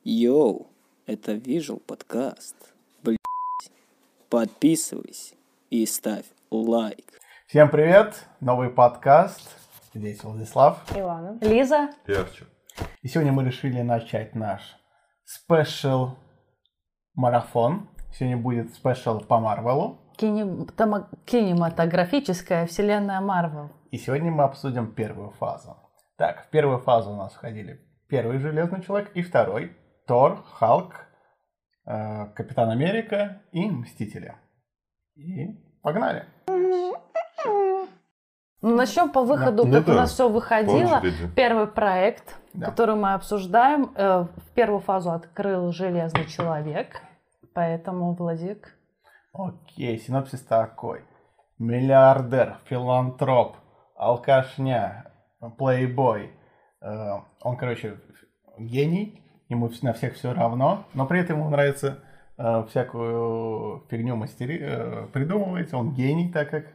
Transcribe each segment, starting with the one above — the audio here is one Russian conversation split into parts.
Йоу, это Visual подкаст. Блять, подписывайся и ставь лайк. Всем привет, новый подкаст. Здесь Владислав, Илана, Лиза и Артем. И сегодня мы решили начать наш спешл марафон. Сегодня будет спешл по Марвелу. кинематографическая вселенная Марвел. И сегодня мы обсудим первую фазу. Так, в первую фазу у нас входили первый Железный Человек и второй. Тор, Халк, Капитан Америка и Мстители. И погнали. Начнем по выходу, Ну как да, у нас все выходило. очереди. Первый проект, Да. который мы обсуждаем, в первую фазу открыл Железный Человек. Поэтому, Владик. Окей, синопсис такой. Миллиардер, филантроп, алкашня, плейбой. Он, короче, гений, ему на всех все равно, но при этом ему нравится всякую фигню придумывать. Он гений, так как...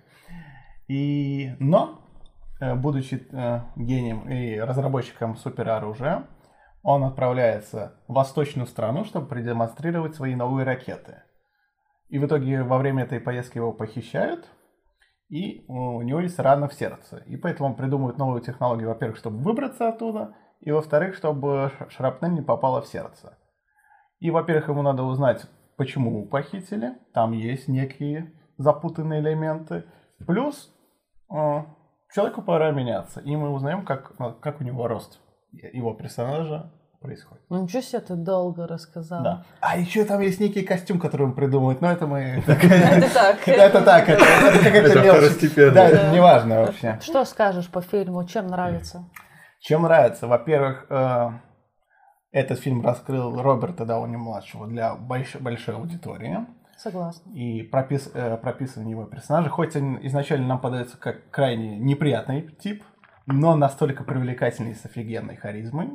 Но, будучи гением и разработчиком супероружия, он отправляется в восточную страну, чтобы продемонстрировать свои новые ракеты. И в итоге во время этой поездки его похищают, и у него есть рана в сердце. И поэтому он придумывает новую технологию, во-первых, чтобы выбраться оттуда, и во-вторых, чтобы шрапнель не попала в сердце. И, во-первых, ему надо узнать, почему похитили. Там есть некие запутанные элементы. Плюс человеку пора меняться. И мы узнаем, как у него рост его персонажа происходит. Ну ничего себе, ты долго рассказал. Да. А еще там есть некий костюм, который он придумывает. Но это мы... Это так. Это так, это какая-то Это мелочь. второстепенно. Да, это неважно вообще. Что скажешь по фильму? Чем нравится? Чем нравится? Во-первых, этот фильм раскрыл Роберта Дауни-младшего для большой аудитории. Согласна. И прописаны его персонажи. Хоть он изначально нам подается как крайне неприятный тип, но настолько привлекательный с офигенной харизмой.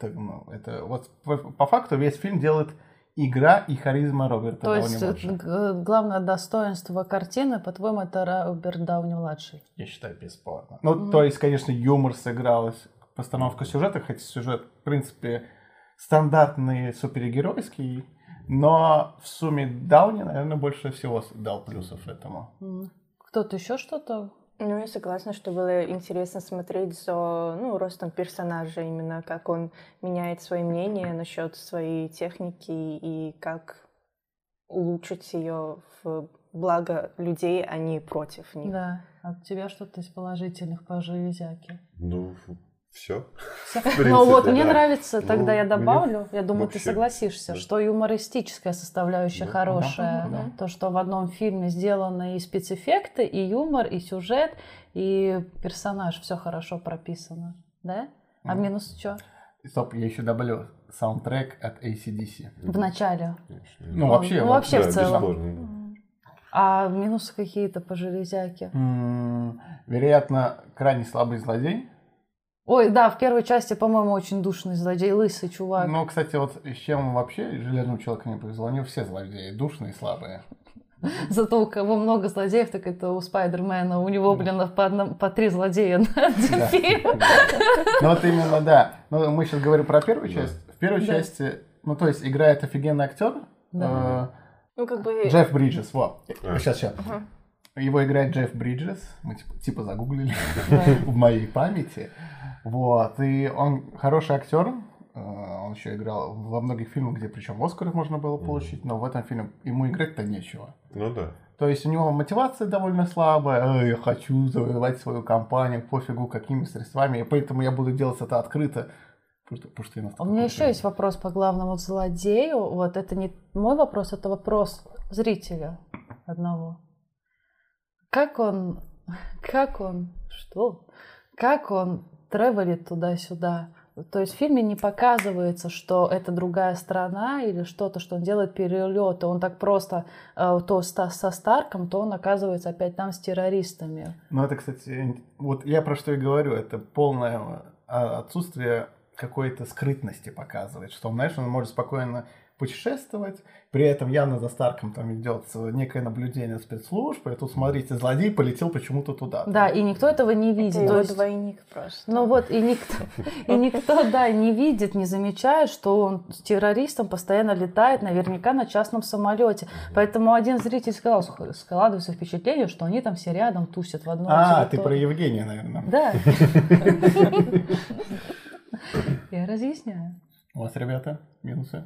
Это вот по факту весь фильм делает игра и харизма Роберта То есть Дауни-младшего. главное достоинство картины, по-твоему, это Роберт Дауни-младший? Я считаю, бесспорно. Ну, то есть, конечно, юмор сыгралось, постановка сюжета, хотя сюжет, в принципе, стандартный супергеройский, но в сумме Дауни, наверное, больше всего дал плюсов этому. Кто-то еще что-то? Ну, я согласна, что было интересно смотреть за ростом персонажа, именно как он меняет свои мнения насчет своей техники и как улучшить ее в благо людей, а не против них. Да. От тебя что-то из положительных по железяке? Ну, все. Ну вот, мне нравится, тогда я добавлю, я думаю, ты вообще, согласишься, да. что юмористическая составляющая Да. хорошая. Да. То, что в одном фильме сделаны и спецэффекты, и юмор, и сюжет, и персонаж, все хорошо прописано. Да? А минус что? Стоп, я еще добавлю саундтрек от AC/DC. В начале. Ну, вообще. вообще вот, в целом. бесспорно. А минусы какие-то по железяке? Вероятно, крайне слабый злодей. Ой, да, в первой части, по-моему, очень душный злодей, лысый чувак. Ну, кстати, вот с чем вообще Железному Человеку не повезло, они все злодеи, душные и слабые. Зато у кого много злодеев, так это у Спайдермена. У него, блин, по 3 злодея на один фильм. Ну вот именно, да. Ну, мы сейчас говорим про первую часть. В первой части, ну то есть играет офигенный актер. Ну, как бы... Джефф Бриджес, вот. Сейчас. Его играет Джефф Бриджес. Мы типа загуглили в моей памяти. Вот. И он хороший актер. Он еще играл во многих фильмах, где причем Оскар можно было получить, но в этом фильме ему играть-то нечего. Ну да. То есть у него мотивация довольно слабая. Я хочу завоевать свою компанию, пофигу какими средствами, и поэтому я буду делать это открыто. Потому что я У настолько меня крутой. еще есть вопрос по главному злодею. Вот это не мой вопрос, это вопрос зрителя одного. Как он тревелит туда-сюда? То есть в фильме не показывается, что это другая страна или что-то, что он делает перелеты. Он так просто то со Старком, то он оказывается опять там с террористами. Ну это, кстати, вот я про что и говорю. Это полное отсутствие какой-то скрытности показывает, что, знаешь, он может спокойно путешествовать, при этом явно за Старком там идет некое наблюдение спецслужб, и тут, смотрите, злодей полетел почему-то туда. Да, и никто этого не видит. Это То его есть, двойник просто. ну вот, и никто, да, не видит, не замечает, что он с террористом постоянно летает, наверняка на частном самолете. Поэтому один зритель сказал, складывается впечатление, что они там все рядом тусят в одной территории. Ты про Евгения, наверное. Да. Я разъясняю. У вас, ребята, минусы?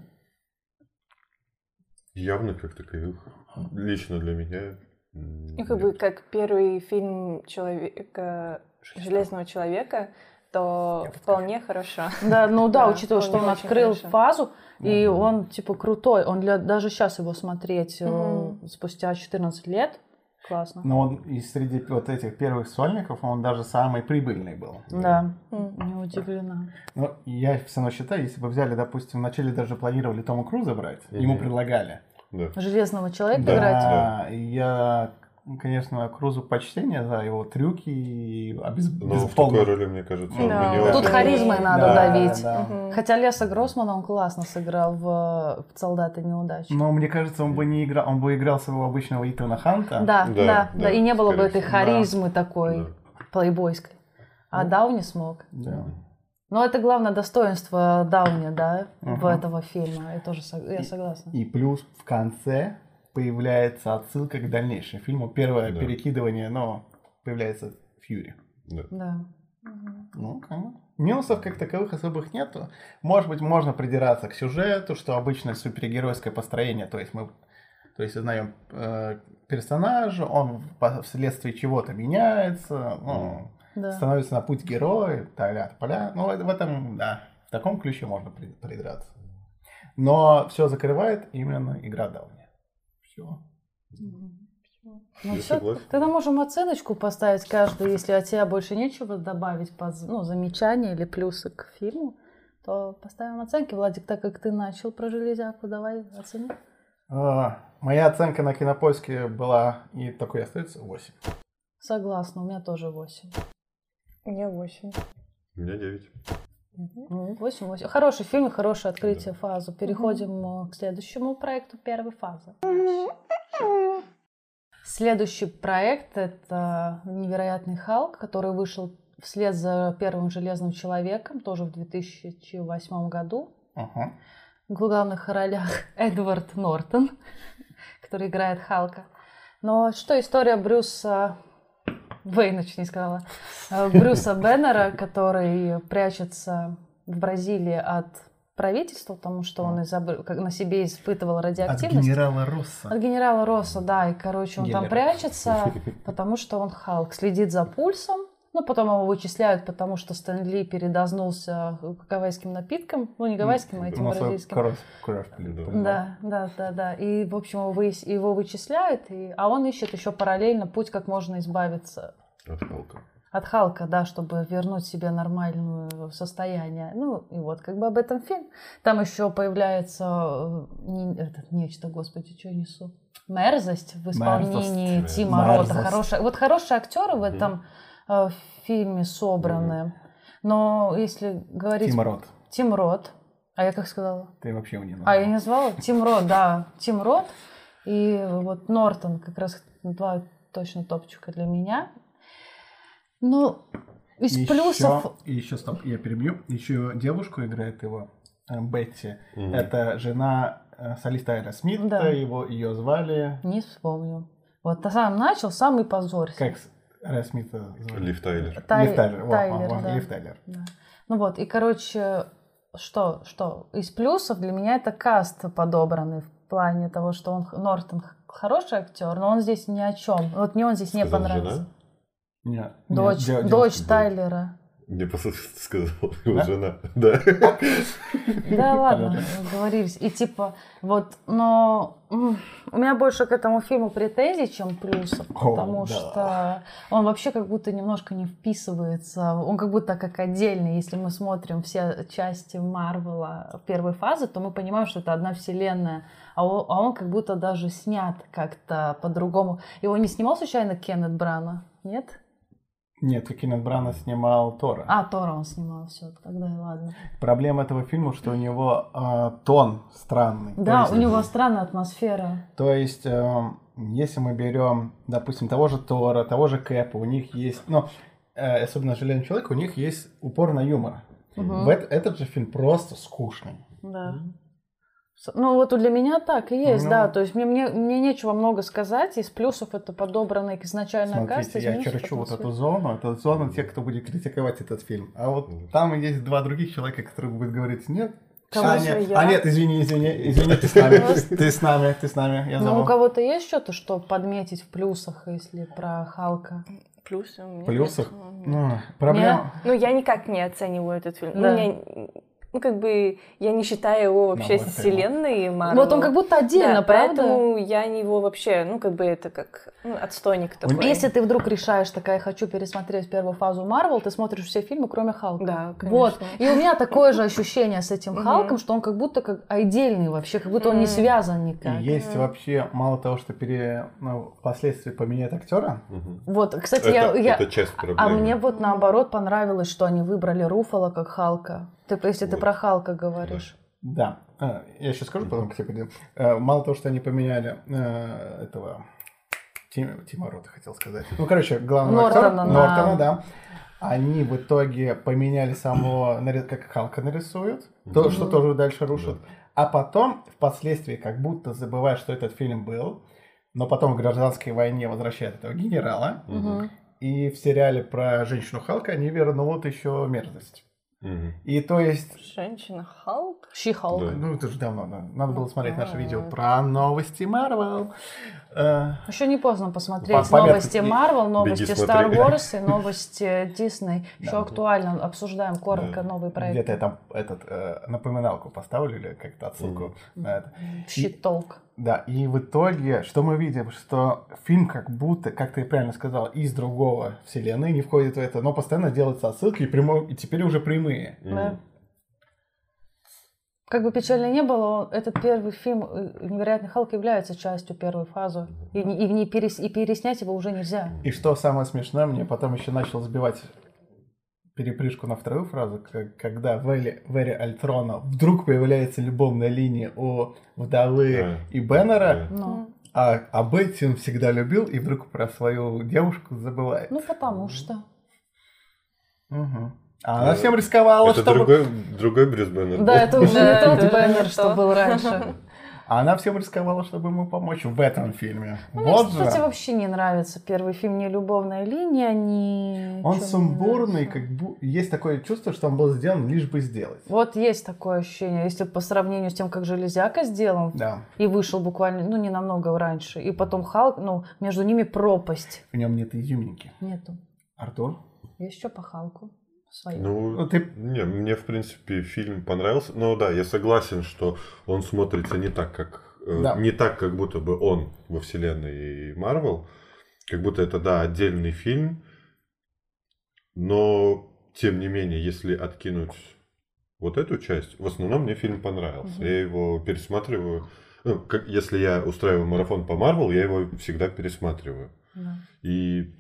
Явно как таковых. Лично для меня. Ну, как бы, как первый фильм Железного человека, то вполне хорошо. Да, ну да, Да, учитывая, что он вполне очень открыл хорошо. фазу, и он типа крутой. Он даже сейчас его смотреть спустя 14 лет. Классно. Но он из среди вот этих первых сольников, он даже самый прибыльный был. Да, не удивлена. Но я все равно считаю, если бы взяли, допустим, вначале даже планировали Тома Круза брать, ему предлагали. Да. Железного человека играть. Да, и я, конечно, Крузу почтение за его трюки и Но в такой роли, мне кажется, он Да. бы не Тут очень- харизмой надо Да, давить. да. Хотя Леса Гроссмана он классно сыграл в «Солдаты неудачи». Но мне кажется, он бы не играл, он бы играл своего обычного Итана Ханта. Да, Да, да, да, и не было бы скорее этой всего. харизмы такой плейбойской. А Дауни смог. Да. Но это главное достоинство Дауни, да, в Ага. этого фильма. Я тоже я согласна. И плюс в конце появляется отсылка к дальнейшему фильму. Первое Да. перекидывание, но появляется Фьюри. Да. Ну, как бы. Минусов как таковых особых нету. Может быть, можно придираться к сюжету, что обычно супергеройское построение. То есть мы узнаем персонажа, он вследствие чего-то меняется, Да. становится на путь героя, поля. Ну, в этом, да, в таком ключе можно придраться. Но все закрывает именно игра Дауни. Все. Ну Я все, согласен. тогда можем оценочку поставить каждую, если от тебя больше нечего добавить, замечания или плюсы к фильму, то поставим оценки. Владик, так как ты начал про железяку, давай оцени. Моя оценка на Кинопоиске была, и такой и остается, 8. Согласна, у меня тоже 8. У меня 8. У меня 9. 8. Хороший фильм, хорошее открытие фазы. Переходим к следующему проекту первой фазы. Следующий проект — это «Невероятный Халк», который вышел вслед за первым «Железным человеком», тоже в 2008 году. В главных ролях Эдвард Нортон, который играет Халка. Но что история Брюса... Брюса Беннера, который прячется в Бразилии от правительства, потому что он на себе испытывал От радиоактивность. генерала Росса. От генерала Росса, да. И, короче, он там Геллера. прячется, потому что он Халк. Следит за пульсом. Ну, потом его вычисляют, потому что Стэн Ли передознулся гавайским напитком. Ну, не гавайским, а этим бразильским. Да. И, в общем, его вычисляют, а он ищет еще параллельно путь, как можно избавиться От Халка. от Халка, да, чтобы вернуть себе нормальное состояние. Ну, и вот как бы об этом фильм. Там еще появляется нечто, господи, что я несу? Мерзость в исполнении Мерзость. Тима Рота. Мерзость. Хорошие актеры в этом фильме собраны. Но если говорить... Тим Рот. А я как сказала? Ты вообще его не А я не назвала? Тим Рот, да. Тим Рот и вот Нортон. Как раз два точно топчика для меня. Ну, из плюсов... Еще, стоп, я перебью. Еще девушку играет его, Бетти. Это жена солиста Аэросмита. Да. Ее звали... Не вспомню. Вот сам начал, сам и позорься. Как Аэросмита звали? Лив Тайлер. Лив Тайлер. Да. Лив Тайлер. Да. Ну вот, и, короче, что? Из плюсов для меня это каст подобранный в плане того, что Нортон хороший актер, но он здесь ни о чем. Вот мне он здесь не понравился. Жена? Нет. Дочь Тайлера. Мне просто сказал его жена. Да. Да ладно, договорились. И типа, вот, но у меня больше к этому фильму претензий, чем плюсов, потому что он вообще как будто немножко не вписывается, он как будто как отдельный. Если мы смотрим все части Марвела первой фазы, то мы понимаем, что это одна вселенная, а он как будто даже снят как-то по-другому. Его не снимал случайно Кеннет Брана? Нет? Нет, Кеннет Брана снимал Тора. А, Тора он снимал, все, тогда и ладно. Проблема этого фильма, что у него тон странный. Да, То у есть, него странная атмосфера. то есть, если мы берем, допустим, того же Тора, того же Кэпа, у них есть, ну, особенно «Железный человек», у них есть упор на юмор. Этот же фильм просто скучный. Да. Ну вот для меня так и есть, Ну. да. То есть мне нечего много сказать. Из плюсов это подобранный изначально каст. Смотрите, из я минусов черчу вот атмосфера. эту зону. Это зона тех, кто будет критиковать этот фильм. А вот там есть два других человека, которые будут говорить нет. Конечно, я. Нет, извини, ты с нами, я Но у забыл. кого-то есть что-то, что подметить в плюсах, если про Халка? Плюсы у меня. В плюсах? нет. Ну, проблема... Ну, я никак не оцениваю этот фильм. Да. Ну, как бы, я не считаю его вообще Новый с фильм. вселенной Марвел. Вот он как будто отдельно, Да, правда? поэтому я его вообще, ну, как бы, это как отстойник такой. Если ты вдруг решаешь, такая, хочу пересмотреть первую фазу Марвел, ты смотришь все фильмы, кроме Халка. Да, Вот. конечно. И у меня такое же ощущение с этим Халком, что он как будто как отдельный вообще, как будто он не связан И никак. есть вообще, мало того, что впоследствии поменяют актера, Вот, кстати, Это часть проблемы. А мне вот наоборот понравилось, что они выбрали Руффало как Халка. Если ты Вот. про Халка говоришь. да. Я еще скажу, потом к тебе пойдем. Мало того, что они поменяли этого Тима Рота, хотел сказать. Ну, короче, главного актера Нортона, да. Они в итоге поменяли самого, как Халка нарисуют, то, что тоже дальше рушит. А потом, впоследствии, как будто забывают, что этот фильм был, но потом в гражданской войне возвращают этого генерала. И в сериале про женщину Халка они вернут еще мерзость. И то есть... Женщина Халк? She-Hulk. Да. Ну, это же давно, да. Надо было смотреть наше видео про новости Марвел. Еще не поздно посмотреть По новости методу- Marvel, новости Беги, Star смотри. Wars и новости Disney. Еще Да. актуально обсуждаем коротко новые проекты. Где-то я там напоминалку поставлю или как-то отсылку на это. Shit-Talk. Да, и в итоге, что мы видим, что фильм как будто, как ты правильно сказал, из другого вселенной не входит в это, но постоянно делаются отсылки и теперь уже прямые. Да. Как бы печально не было, этот первый фильм «Невероятный Халк» является частью первой фазы. И переснять его уже нельзя. И что самое смешное, мне потом еще начал сбивать перепрыжку на вторую фразу, когда в Эре Альтрона вдруг появляется любовная линия у вдовы и Беннера, Ну, а Бетти он всегда любил и вдруг про свою девушку забывает. ну потому что. Угу. А она всем рисковала, Это чтобы... другой Брюс Беннер. Да, это уже не тот это Беннер, не что то. был раньше. А она всем рисковала, чтобы ему помочь в этом фильме. Мне, Вот кстати, же. вообще не нравится первый фильм, ни «Любовная линия», ни... Он чё мне сумбурный, нравится. как бы есть такое чувство, что он был сделан лишь бы сделать. Вот есть такое ощущение, если по сравнению с тем, как «Железяка» сделан, Да. и вышел буквально, не намного раньше, и потом «Халк», между ними пропасть. В нем нет изюминки. Нету. Артур? Есть что по «Халку» свое. Ну, ты... Не, мне, в принципе, фильм понравился. Но да, я согласен, что он смотрится не так, как будто бы он во вселенной Марвел. Как будто это, да, отдельный фильм. Но, тем не менее, если откинуть вот эту часть, в основном мне фильм понравился. Я его пересматриваю. Если я устраиваю марафон по Марвел, я его всегда пересматриваю. Да. И,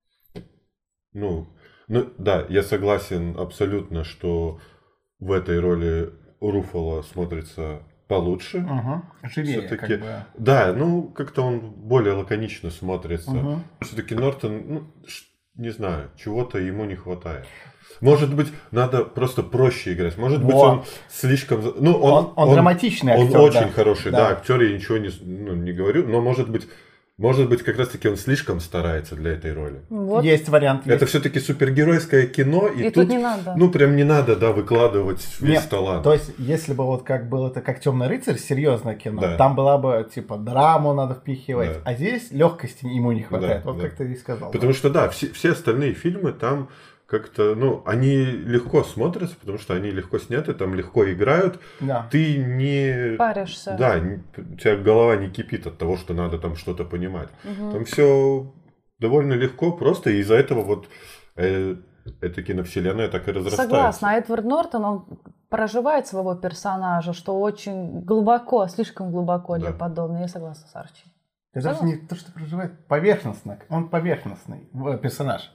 да, я согласен абсолютно, что в этой роли Руффало смотрится получше. Угу. Живее, Всё-таки, как бы. да, как-то он более лаконично смотрится. Мгм. Все-таки Нортон, не знаю, чего-то ему не хватает. Может быть, надо просто проще играть. Может быть, Вот. он слишком... Он драматичный Он актер, очень да. хороший, Да. да, актер, я ничего не говорю, но может быть, как раз-таки он слишком старается для этой роли. Вот. Есть вариант. Это все-таки супергеройское кино, и, И тут не надо. прям не надо, да, выкладывать весь Нет, талант. то есть, если бы вот как было это как «Темный рыцарь», серьезное кино, Да. там была бы, типа, драму надо впихивать, Да. а здесь легкости ему не хватает. Да, Вот да. как ты и сказал. Потому что, да, все остальные фильмы там как-то, они легко смотрятся, потому что они легко сняты, там легко играют. Да. Ты не... Паришься. Да, у тебя голова не кипит от того, что надо там что-то понимать. Там все довольно легко, просто и из-за этого вот эта киновселенная так и разрастается. Согласна. А Эдвард Нортон, он проживает своего персонажа, что очень глубоко, слишком глубоко для Да. подобного. Я согласна с Арчи. Это даже не то, что проживает, поверхностно. Он поверхностный персонаж.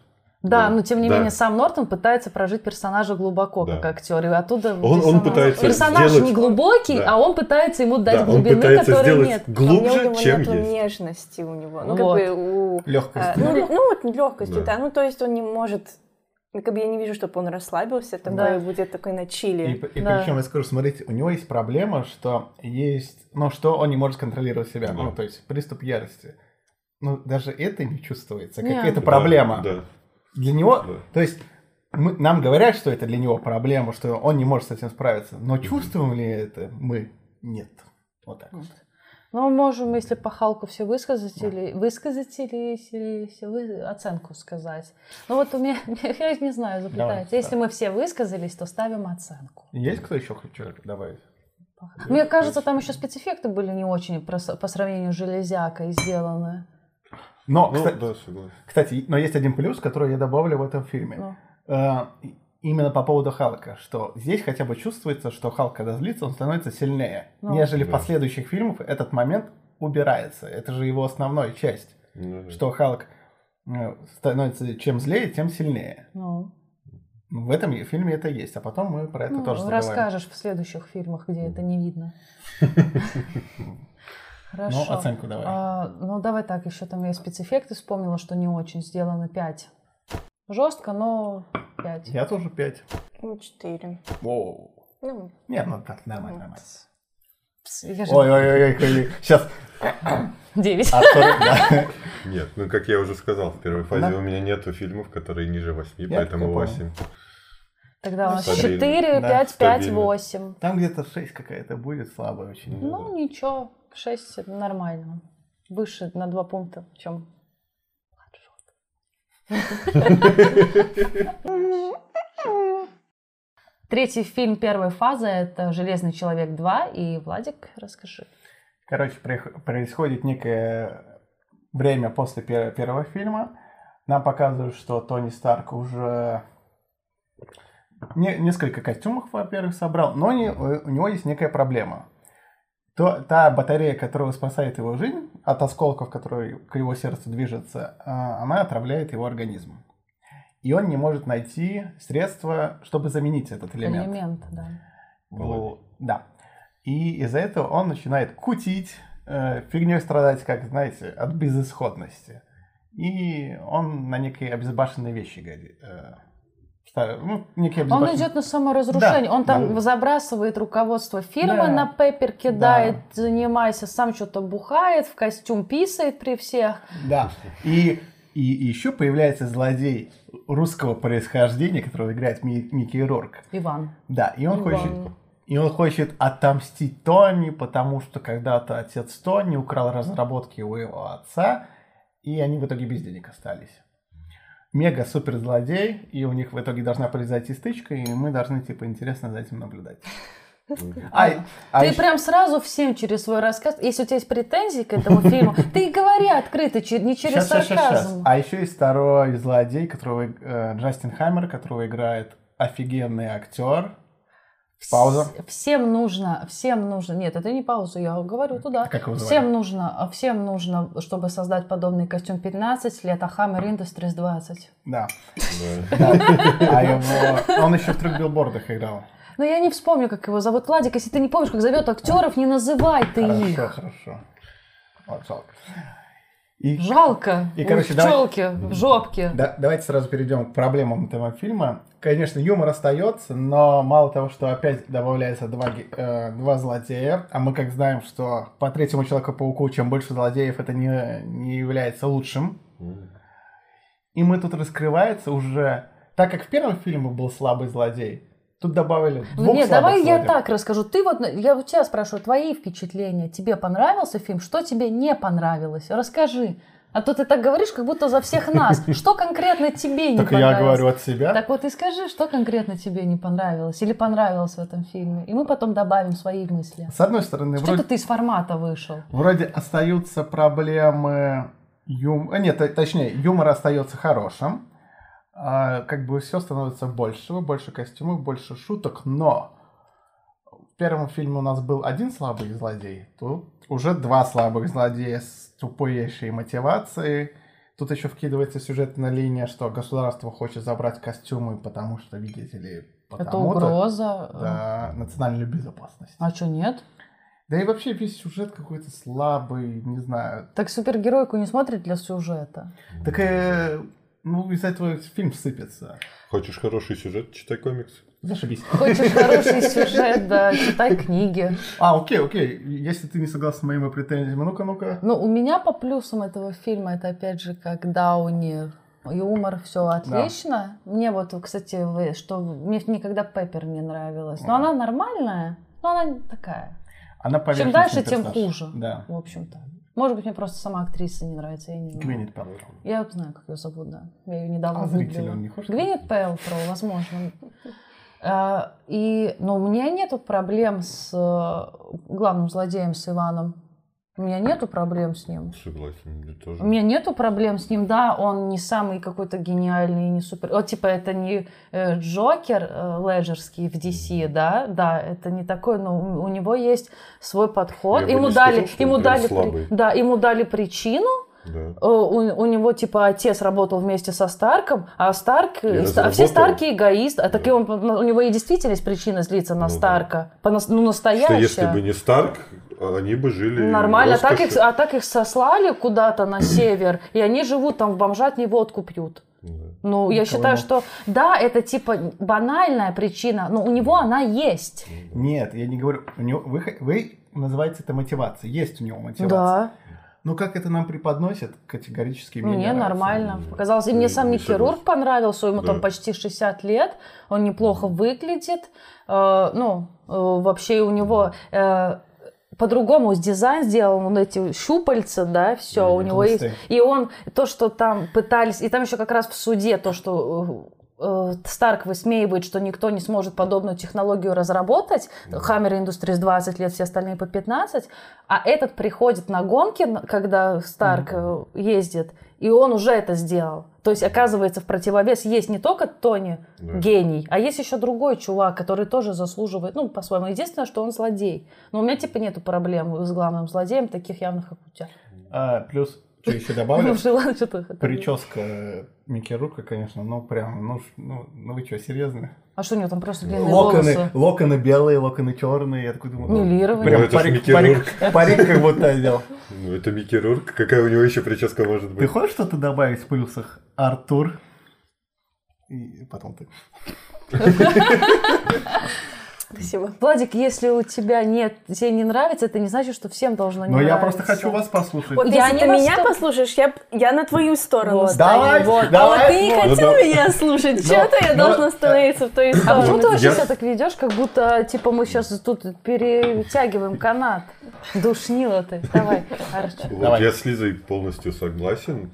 Да, но тем не Да. менее сам Нортон пытается прожить персонажа глубоко, Да. как актер, и оттуда Он пытается персонаж сделать- не глубокий, Да. а он пытается ему дать Да, он глубины, пытается которой сделать нет. А у него глубже, чем нету есть. нежности у него. Ну, Вот. как бы у... Легкости. вот легкостью, Да. да. Ну, то есть он не может... Ну, как бы я не вижу, чтобы он расслабился, такой будет такой на чили. И Да. причем я скажу, смотрите, у него есть проблема, что есть, ну, что он не может контролировать себя, ну, то есть приступ ярости. Ну, даже это не чувствуется, как Нет. это проблема. Да. Для него, Да. то есть нам говорят, что это для него проблема, что он не может с этим справиться, но чувствуем ли это мы? Нет. Вот так вот. Ну, можем, если по Халку все высказать, или если вы оценку сказать. Ну вот у меня, я не знаю, заплетается. Давай, Если мы все высказались, то ставим оценку. Есть кто еще хочет добавить? Мне кажется, там еще спецэффекты были не очень по сравнению с «Железякой» сделаны. Но, Ну, кстати, да, согласен. кстати, но есть один плюс, который я добавлю в этом фильме. Ну. Именно по поводу Халка, что здесь хотя бы чувствуется, что Халк, когда злится, он становится сильнее, Ну. нежели в Да. последующих фильмах этот момент убирается. Это же его основная часть, Да. что Халк становится чем злее, тем сильнее. Ну, В этом фильме это есть, а потом мы про это ну, тоже заговорим. расскажешь в следующих фильмах, где это не видно. Хорошо. Ну, оценку давай. Ну, давай так, еще там я спецэффекты вспомнила, что не очень сделано 5. Жестко, но 5. Я тоже 5. Ну, 4. Воу. Ну, Не, ну так, нормально. Я же Ой, сейчас. 9. Нет, ну как я уже сказал, в первой фазе Да. у меня нету фильмов, которые ниже 8, Я поэтому такое 8. Тогда у нас Стабильно. 4, Да, 5, 5, стабильно. 8. Там где-то 6 какая-то будет слабая очень. Ну, ничего, 6 это нормально. Выше на 2 пункта, чем Третий фильм первой фазы — это «Железный человек 2». И, Владик, расскажи. Короче, происходит некое время после первого фильма. Нам показывают, что Тони Старк уже несколько костюмов, во-первых, собрал, но у него есть некая проблема. Та батарея, которая спасает его жизнь от осколков, которые к его сердцу движутся, она отравляет его организм. И он не может найти средства, чтобы заменить этот элемент. Элемент, да. Да. И из-за этого он начинает кутить, фигней страдать, как, знаете, от безысходности. И он на некие обезбашенные вещи Он идет на саморазрушение. Да, Он там да. забрасывает руководство фирмы Да. на пеппер, кидает, занимайся, сам что-то бухает, в костюм писает при всех. Да. И еще появляется злодей русского происхождения, которого играет Микки Рурк. Иван. Да, и он хочет отомстить Тони, потому что когда-то отец Тони украл разработки у его отца, и они в итоге без денег остались. Мега-супер злодей, и у них в итоге должна произойти стычка, и мы должны, интересно за этим наблюдать. Ты прям сразу всем через свой рассказ, если у тебя есть претензии к этому фильму, ты и говори открыто, не через сарказм. А еще есть второй злодей, которого Джастин Хаммер, которого играет офигенный актер. Пауза. Всем нужно, нет, это не пауза, я говорю туда. Как его Всем нужно, чтобы создать подобный костюм 15 лет, а Hammer Industries 20. Да. Да. Он еще в 3 билбордах играл. Но я не вспомню, как его зовут. Владик, если ты не помнишь, как зовет актеров, не называй ты их. Хорошо. Вот, жалко. Жалко. короче, в пчелке, в жопке. Давайте сразу перейдем к проблемам этого фильма. Конечно, юмор остается, но мало того, что опять добавляется два злодея, а мы как знаем, что по третьему Человеку-пауку, чем больше злодеев, это не является лучшим. И мы тут раскрывается уже, так как в первом фильме был слабый злодей, тут добавили двух Нет, слабых давай я злодеев. так расскажу. Я вот тебя спрашиваю, твои впечатления. Тебе понравился фильм? Что тебе не понравилось? Расскажи. А то ты так говоришь, как будто за всех нас. Что конкретно тебе не Так понравилось? я говорю от себя. Так вот и скажи, что конкретно тебе не понравилось или понравилось в этом фильме. И мы потом добавим свои мысли. С одной стороны, Что-то ты из формата вышел. вроде остаются проблемы юмор остается хорошим. Как бы все становится больше костюмов, больше шуток, но в первом фильме у нас был один слабый злодей, тут уже 2 слабых злодея с тупейшей мотивацией, Тут еще вкидывается сюжетная линия, что государство хочет забрать костюмы, потому что, видите ли, Это угроза. Да, национальной безопасности. А что, нет? Да и вообще весь сюжет какой-то слабый, не знаю. Так супергеройку не смотрит для сюжета. Так, из-за этого фильм сыпется. Хочешь хороший сюжет, читай комиксы. Зашибись. Хочешь хороший сюжет, да, читай книги. Окей. Если ты не согласен с моими претензиями, ну-ка. Ну, у меня по плюсам этого фильма, это опять же, как Дауни, юмор, все отлично. Да. Мне вот, кстати, мне никогда Пеппер не нравилась. Но она нормальная, но она такая. Она чем дальше, тем хуже. Да. В общем-то. Может быть, мне просто сама актриса не нравится, я не знаю. Gwyneth Paltrow. Я вот знаю, как ее зовут, да. Я ее недавно гуглила. Gwyneth Paltrow, возможно. Но у меня нету проблем с главным злодеем, с Иваном. У меня нету проблем с ним. Согласен, мне тоже. У меня нету проблем с ним, да, он не самый какой-то гениальный, не супер. Вот типа это не Джокер леджерский в DC, да, это не такой, но у него есть свой подход. Ему дали причину. Да. У него типа отец работал вместе со Старком, а Старк, все Старки эгоисты, а так и у него и действительно есть причина злиться на Старка, настоящая. Что если бы не Старк, они бы жили нормально, а так их сослали куда-то на север, и они живут там в бомжатне, водку пьют. Ну, я считаю, что да, это типа банальная причина, но у него она есть. Нет, я не говорю, вы называете это мотивацией, есть у него мотивация. Да. Ну, как это нам преподносят, категорически мне нравится. Нормально показалось. И мне сам Микки Рурк понравился, ему там почти 60 лет, он неплохо выглядит. Вообще у него по-другому дизайн сделал, он эти щупальца, да, все, у него есть. И он, то, что там пытались, и там еще как раз в суде то, что... Старк высмеивает, что никто не сможет подобную технологию разработать. Hammer Industries 20 лет, все остальные по 15. А этот приходит на гонки, когда Старк ездит, и он уже это сделал. То есть, оказывается, в противовес есть не только Тони гений, а есть еще другой чувак, который тоже заслуживает, по-своему. Единственное, что он злодей. Но у меня типа нету проблем с главным злодеем, таких явных, как у тебя. Плюс, что еще добавлю? Прическа Микки Рурка, конечно, вы что, серьезно? А что у него там просто длинные волосы? Локоны белые, локоны черные, я такой думаю... Милирование. Прям парик как будто одел. Это Микки Рурк, какая у него еще прическа может быть? Ты хочешь что-то добавить в плюсах? Артур. И потом ты. Спасибо. Владик, если у тебя тебе не нравится, это не значит, что всем должно не нравиться. Но я просто хочу вас послушать. Вот если ты меня послушаешь, я на твою сторону стою. Вот. А вот ты не хотел меня слушать. Чего-то я должна становиться в твою сторону. А почему ты вообще себя так ведешь, как будто типа мы сейчас тут перетягиваем канат? Душнила ты. Давай, Арчи. Вот я с Лизой полностью согласен.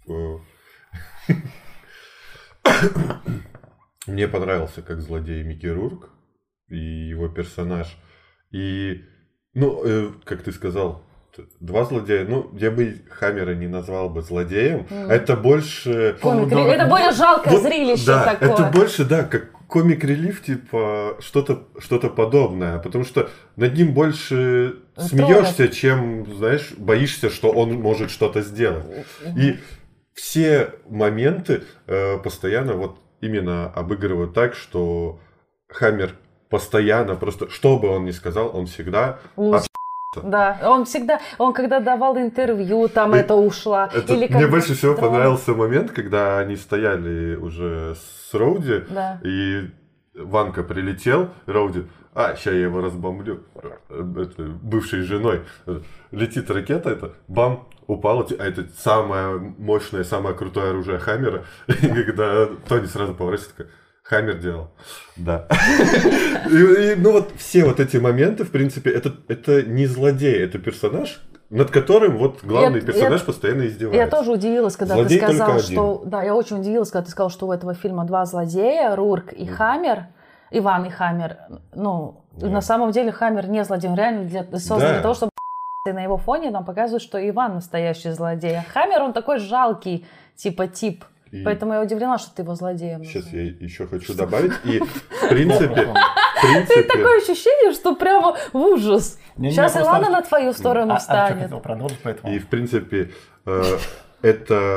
Мне понравился как злодей Микки Рурк и его персонаж. И, как ты сказал, два злодея. Я бы Хаммера не назвал бы злодеем. Это больше... Это более жалкое зрелище такое. Это больше, как комик-релив, типа что-то подобное. Потому что над ним больше смеешься, чем, знаешь, боишься, что он может что-то сделать. И все моменты постоянно именно обыгрывают так, что Хаммер постоянно, просто что бы он ни сказал, он всегда... Да, он когда давал интервью, там это ушло. Мне больше всего понравился момент, когда они стояли уже с Роуди, и Ванка прилетел, Роуди, сейчас я его разбомблю, бывшей женой. Летит ракета, бам, упала, это самое мощное, самое крутое оружие Хаммера. И когда Тони сразу поворачивается, такой, Хаммер делал. Да. Все эти моменты, в принципе, это не злодей, это персонаж, над которым главный персонаж постоянно издевается. Я тоже удивилась, когда ты сказал, что... Да, я очень удивилась, когда ты сказал, что у этого фильма два злодея, Рурк и Хаммер, Иван и Хаммер. На самом деле Хаммер не злодей, он реально создан для того, чтобы и на его фоне нам показывают, что Иван настоящий злодей. А Хаммер, он такой жалкий, тип. Поэтому я удивлена, что ты его злодеем называешь. Сейчас я еще хочу добавить. И в принципе... Такое ощущение, что прямо в ужас. Сейчас Илана на твою сторону встанет. И в принципе, это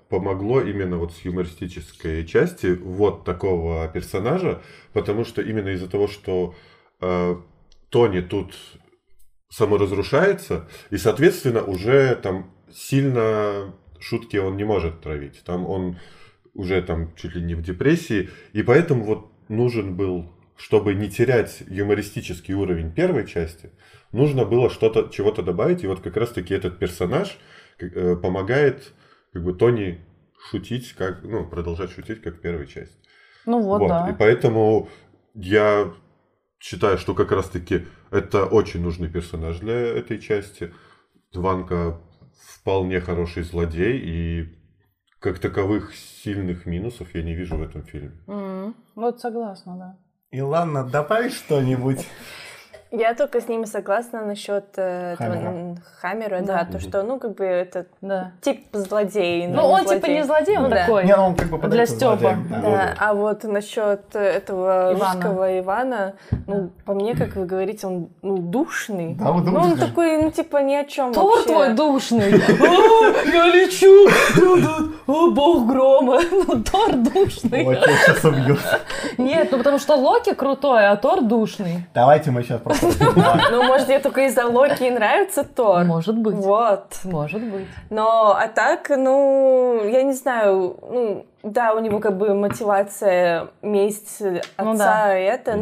помогло именно вот с юмористической части вот такого персонажа, потому что именно из-за того, что Тони тут саморазрушается, и, соответственно, уже там сильно шутки он не может травить. Там он уже там чуть ли не в депрессии, и поэтому вот нужен был, чтобы не терять юмористический уровень первой части, нужно было чего-то добавить, и вот как раз-таки этот персонаж помогает как бы Тони шутить, продолжать шутить, как в первой части. Ну вот, да. И поэтому я считаю, что как раз-таки это очень нужный персонаж для этой части. Ванка вполне хороший злодей, и как таковых сильных минусов я не вижу в этом фильме. Вот согласна, да. Илана, добавь что-нибудь? Я только с ними согласна насчет Хаммера, да, то, что, это тип злодей. Ну, он типа не злодей, он такой. Не, он как бы для Стёпа. Да, а вот насчет этого русского Ивана, по мне, как вы говорите, он душный. Да, он душный. Он такой, ни о чем Тор вообще. твой душный. Я лечу. О, бог грома. Тор душный. Вот тебя сейчас убьют. Нет, потому что Локи крутой, а Тор душный. Давайте мы сейчас просто... Может, мне только из-за Локи и нравится Тор. Может быть. Вот. Может быть. Но, а так, я не знаю, да, у него как бы мотивация месть отца,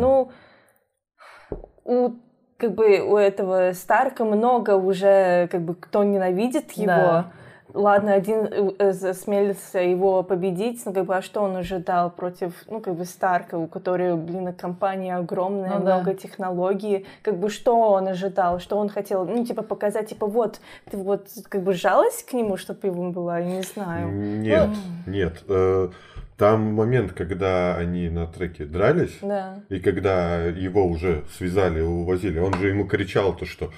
у этого Старка много уже, кто ненавидит его. Да. Ладно, один осмелился его победить, а что он ожидал против, Старка, у которого, компания огромная, много технологий, что он ожидал, что он хотел, показать, ты жалость к нему, чтобы ему была, я не знаю. Нет. Там момент, когда они на треке дрались, и когда его уже связали, увозили, он же ему кричал что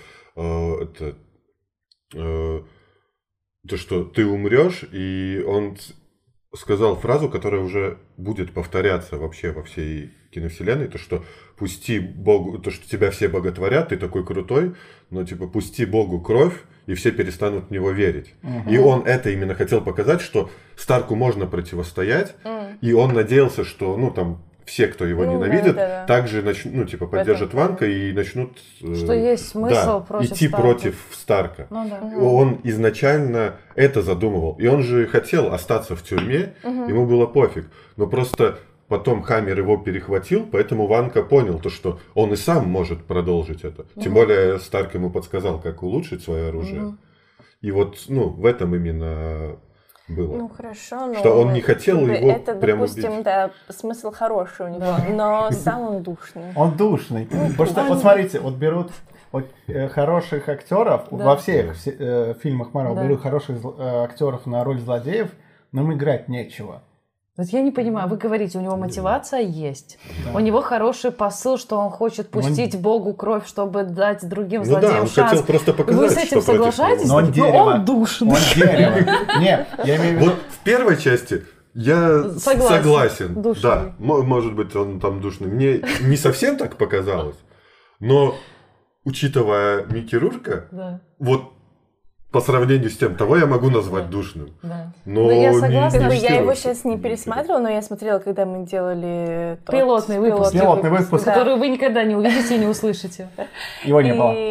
ты умрешь, и он сказал фразу, которая уже будет повторяться вообще во всей киновселенной, то что пусти Богу, то что тебя все боготворят, ты такой крутой, но пусти Богу кровь, и все перестанут в него верить. И он это именно хотел показать, что Старку можно противостоять, и он надеялся, что все, кто его ненавидит, также начнут, поддержат Ванка и начнут что есть смысл идти против Старка. Он изначально это задумывал. И он же хотел остаться в тюрьме, ему было пофиг. Но просто потом Хаммер его перехватил, поэтому Ванка понял, что он и сам может продолжить это. Тем более Старк ему подсказал, как улучшить свое оружие. И вот в этом именно... было. Хорошо, но... Что он не хотел его это, прямо допустим, убить. Да, смысл хороший у него, но сам он душный. Он душный. Потому что, вот смотрите, берут хороших актеров, во всех фильмах Марвел берут хороших актеров на роль злодеев, но им играть нечего. Я не понимаю, вы говорите, у него мотивация есть, у него хороший посыл, что он хочет пустить Богу кровь, чтобы дать другим злодеям он шанс. хотел просто показать, вы с этим что соглашаетесь? Но он дерево. Он душный. Он дерево. Нет, я имею в виду... Вот в первой части я согласен. Душный. Да, может быть, он там душный. Мне не совсем так показалось, но учитывая Микки Рурка, вот по сравнению с тем, того я могу назвать душным. Да. Но я согласна. Я его сейчас не пересматривала, но я смотрела, когда мы делали пилотный выпуск. Пилотный выпуск. Который вы никогда не увидите и не услышите. Его не было.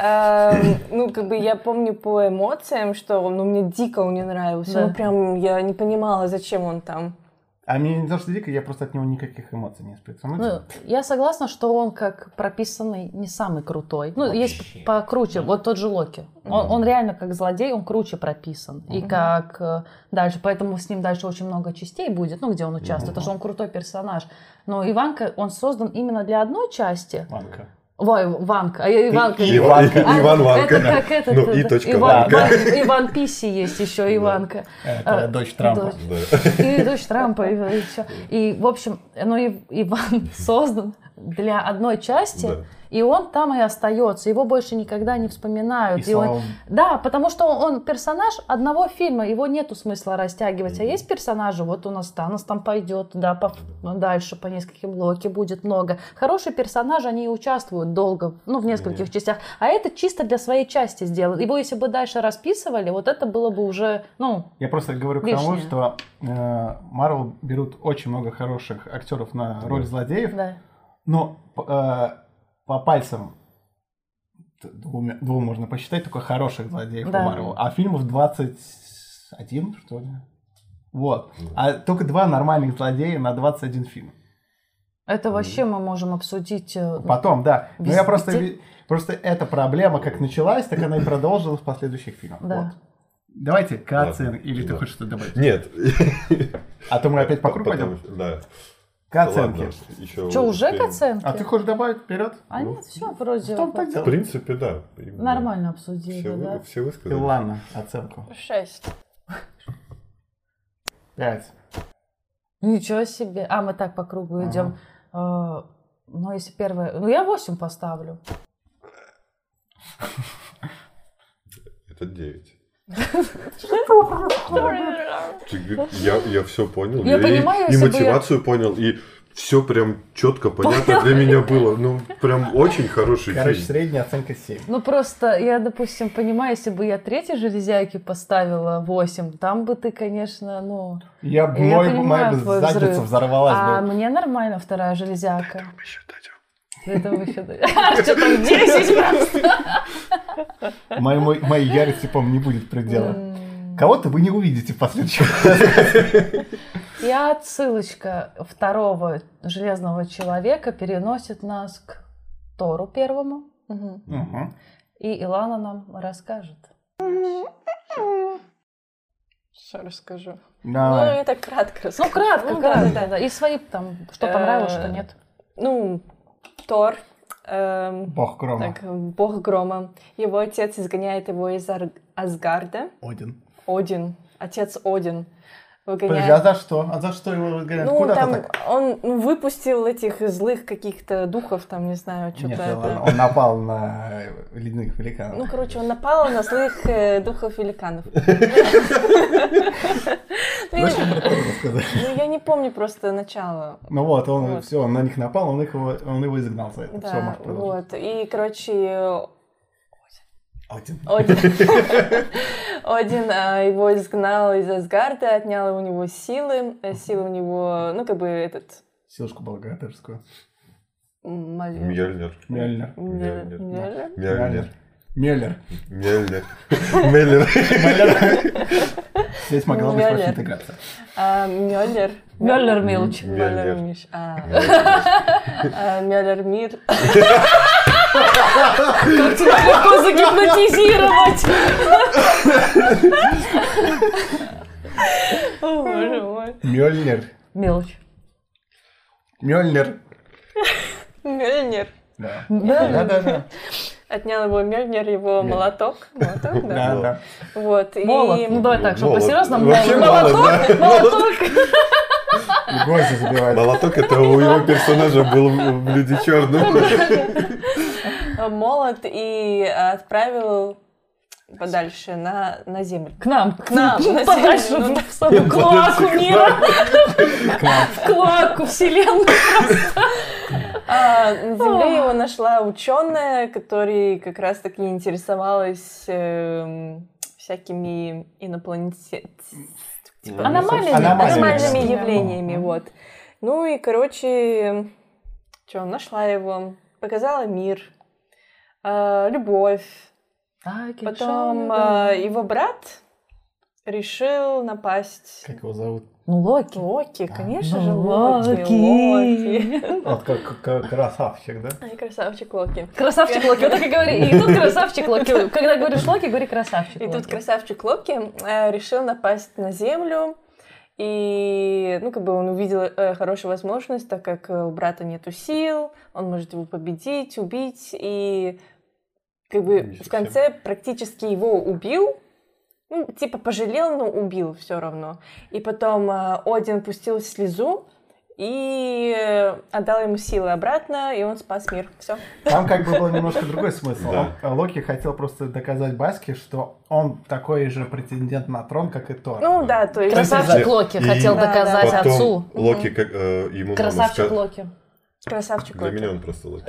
И я помню по эмоциям, что мне дико он не нравился. Прям я не понимала, зачем он там. А мне не то, что дико, я просто от него никаких эмоций не испытываю. Я согласна, что он как прописанный не самый крутой. Есть покруче. Вот тот же Локи. Он реально как злодей, он круче прописан. И как дальше. Поэтому с ним дальше очень много частей будет, где он участвует. Потому что он крутой персонаж. Но Иванка, он создан именно для одной части. Ванка. Иван Ванка. Это как этот. Ну, и точка Ванка. Иван Писси есть еще, Иванка. Это дочь Трампа. И дочь Трампа. И все. И, в общем, Иван создан для одной части, Да. и он там и остается. Его больше никогда не вспоминают. Да, потому что он персонаж одного фильма, его нету смысла растягивать. А есть персонажи, вот у нас Танос там пойдет, да, дальше по нескольким Локи будет много. Хорошие персонажи, они участвуют долго, ну, в нескольких частях. А это чисто для своей части сделано. Его если бы дальше расписывали, вот это было бы уже, ну, Я просто говорю к тому, что Marvel берут очень много хороших актеров на роль злодеев, да. но по пальцам двум можно посчитать только хороших злодеев Да. у Marvel, а фильмов 21, что ли? Вот. А только 2 нормальных злодея на 21 фильм. Это вообще мы можем обсудить. Потом, да. Но я везде. просто эта проблема как началась, так она и продолжилась в последующих фильмах. Да. Вот. Давайте катсцен, Ладно. или ты Да. хочешь что-то добавить? Нет. А то мы опять по кругу Потому пойдем? что- Да. Катсценки. Ладно, еще Что, уже успеем. оценки? А ты хочешь добавить вперед? А нет, все вроде Что так В делать? принципе, да. Именно. нормально обсудили, Все, да. все высказали. Ладно, оценку. 6. 5. Ничего себе. А, мы так по кругу идем. Ну, если первое... Ну, я 8 поставлю. Это 9. Я все понял. Я понимаю, и если бы мотивацию понял, и все прям четко понятно для меня было. Ну, прям очень хороший Короче, фильм. средняя оценка 7. Ну, просто я, допустим, понимаю, если бы я третьей железяки поставила 8, там бы ты, конечно, ну... Я бы, Я моя понимаю бы твой задница взрыв. взорвалась А бы. мне нормально вторая железяка. Это вы еще... Что там, 10 просто? Моей ярости, по-моему, не будет предела. Кого-то вы не увидите в последующем. И отсылочка второго Железного Человека переносит нас к Тору первому. Мгм. И Илана нам расскажет. Что расскажу? Ну, Давай. это кратко Ну, расскажу. кратко, Ну, кратко. да. Да. И свои там, что понравилось, что нет. Ну, Тор. Бог грома. Так, бог грома. Его отец изгоняет его из Асгарда. Один. Один. Отец Один. Подожди, Выгоняет. а за что? А за что его выгоняют? Ну, Куда там ты так? он выпустил этих злых каких-то духов, там, не знаю, что-то Нет, это. ладно, он напал на ледяных великанов. Ну, короче, он напал на злых духов великанов. Знаешь, что про это рассказать? Ну, я не помню просто начало. Ну вот, он Вот. все, он на них напал, он его изгнал за это. Все, Да, можешь продолжить. вот. И, короче, Один. Один его изгнал из Асгарда, отнял у него силы. Силы у него, ну, как бы этот... Силушку богатырскую. Мьёльнир. Мельнер. Мьёльнир. Мьёльнир? Мьёльнир. Мельнер. Мьёльнир. Меллер. Здесь могла быть Мьёльнир. ваша интеграция. Мьёльнир. Мёллер Милч. Мёллер Мьёльнир. Миш. Мёллер Мир. Как тебя легко загипнотизировать! О, боже мой. Мельнер. Милч. Мельнер. Мёльнир. Да. Да. Отнял его Мёльнир, его молоток. Молоток, да. Да. Вот. Молот. И... Ну давай так, чтобы Молот. по-серьезному. Вообще Молоток. Молоток. И гвозди забивает. Молоток это у его персонажа был в Люди Черном. молот и отправил подальше на землю. К нам. К нам, на Подальше землю. в самую клоаку мира. В клоаку вселенной. На земле его нашла ученая, которая как раз таки интересовалась всякими аномальными явлениями. Вот. Ну и, короче, нашла его, показала мир, любовь. Потом его брат решил напасть. Как его зовут? Ну, Локи. Локи, конечно же, Ну, Локи. Вот как красавчик, да? Ай, красавчик Локи. Красавчик Локи. Вот так и говори. И тут красавчик Локи. Когда говоришь Локи, говори красавчик И Локи. тут красавчик Локи решил напасть на Землю. И, он увидел хорошую возможность, так как у брата нету сил, он может его победить, убить. И в конце практически его убил. Пожалел, но убил все равно. И потом Один пустил слезу, и отдал ему силы обратно, и он спас мир. Все. Там как бы был немножко другой смысл. Да. Локи хотел просто доказать Баске, что он такой же претендент на трон, как и Тор. Ну да, то есть... Красавчик Локи хотел Да, доказать Потом отцу. Локи, как ему Красавчик Локи. Красавчик Для Локи. меня он просто Локи.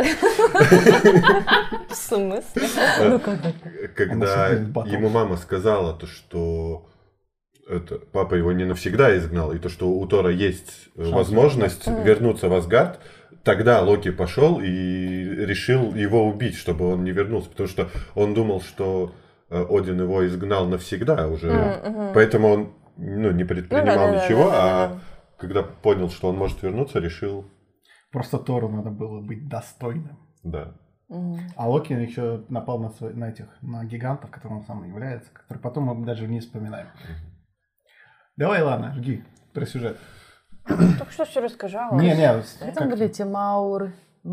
В смысле? Ну как это? Когда Она батл. ему мама сказала, то, что папа его не навсегда изгнал, и то, что у Тора есть возможность вернуться в Асгард, тогда Локи пошел и решил его убить, чтобы он не вернулся, потому что он думал, что Один его изгнал навсегда уже, поэтому он не предпринимал ничего, а когда понял, что он может вернуться, решил... Просто Тору надо было быть достойным. Да. А Локи еще напал на гигантов, которым он сам и является, которые потом мы даже не вспоминаем. Давай, Лана, жги про сюжет. Только что все рассказала. Не, Это были эти Маори.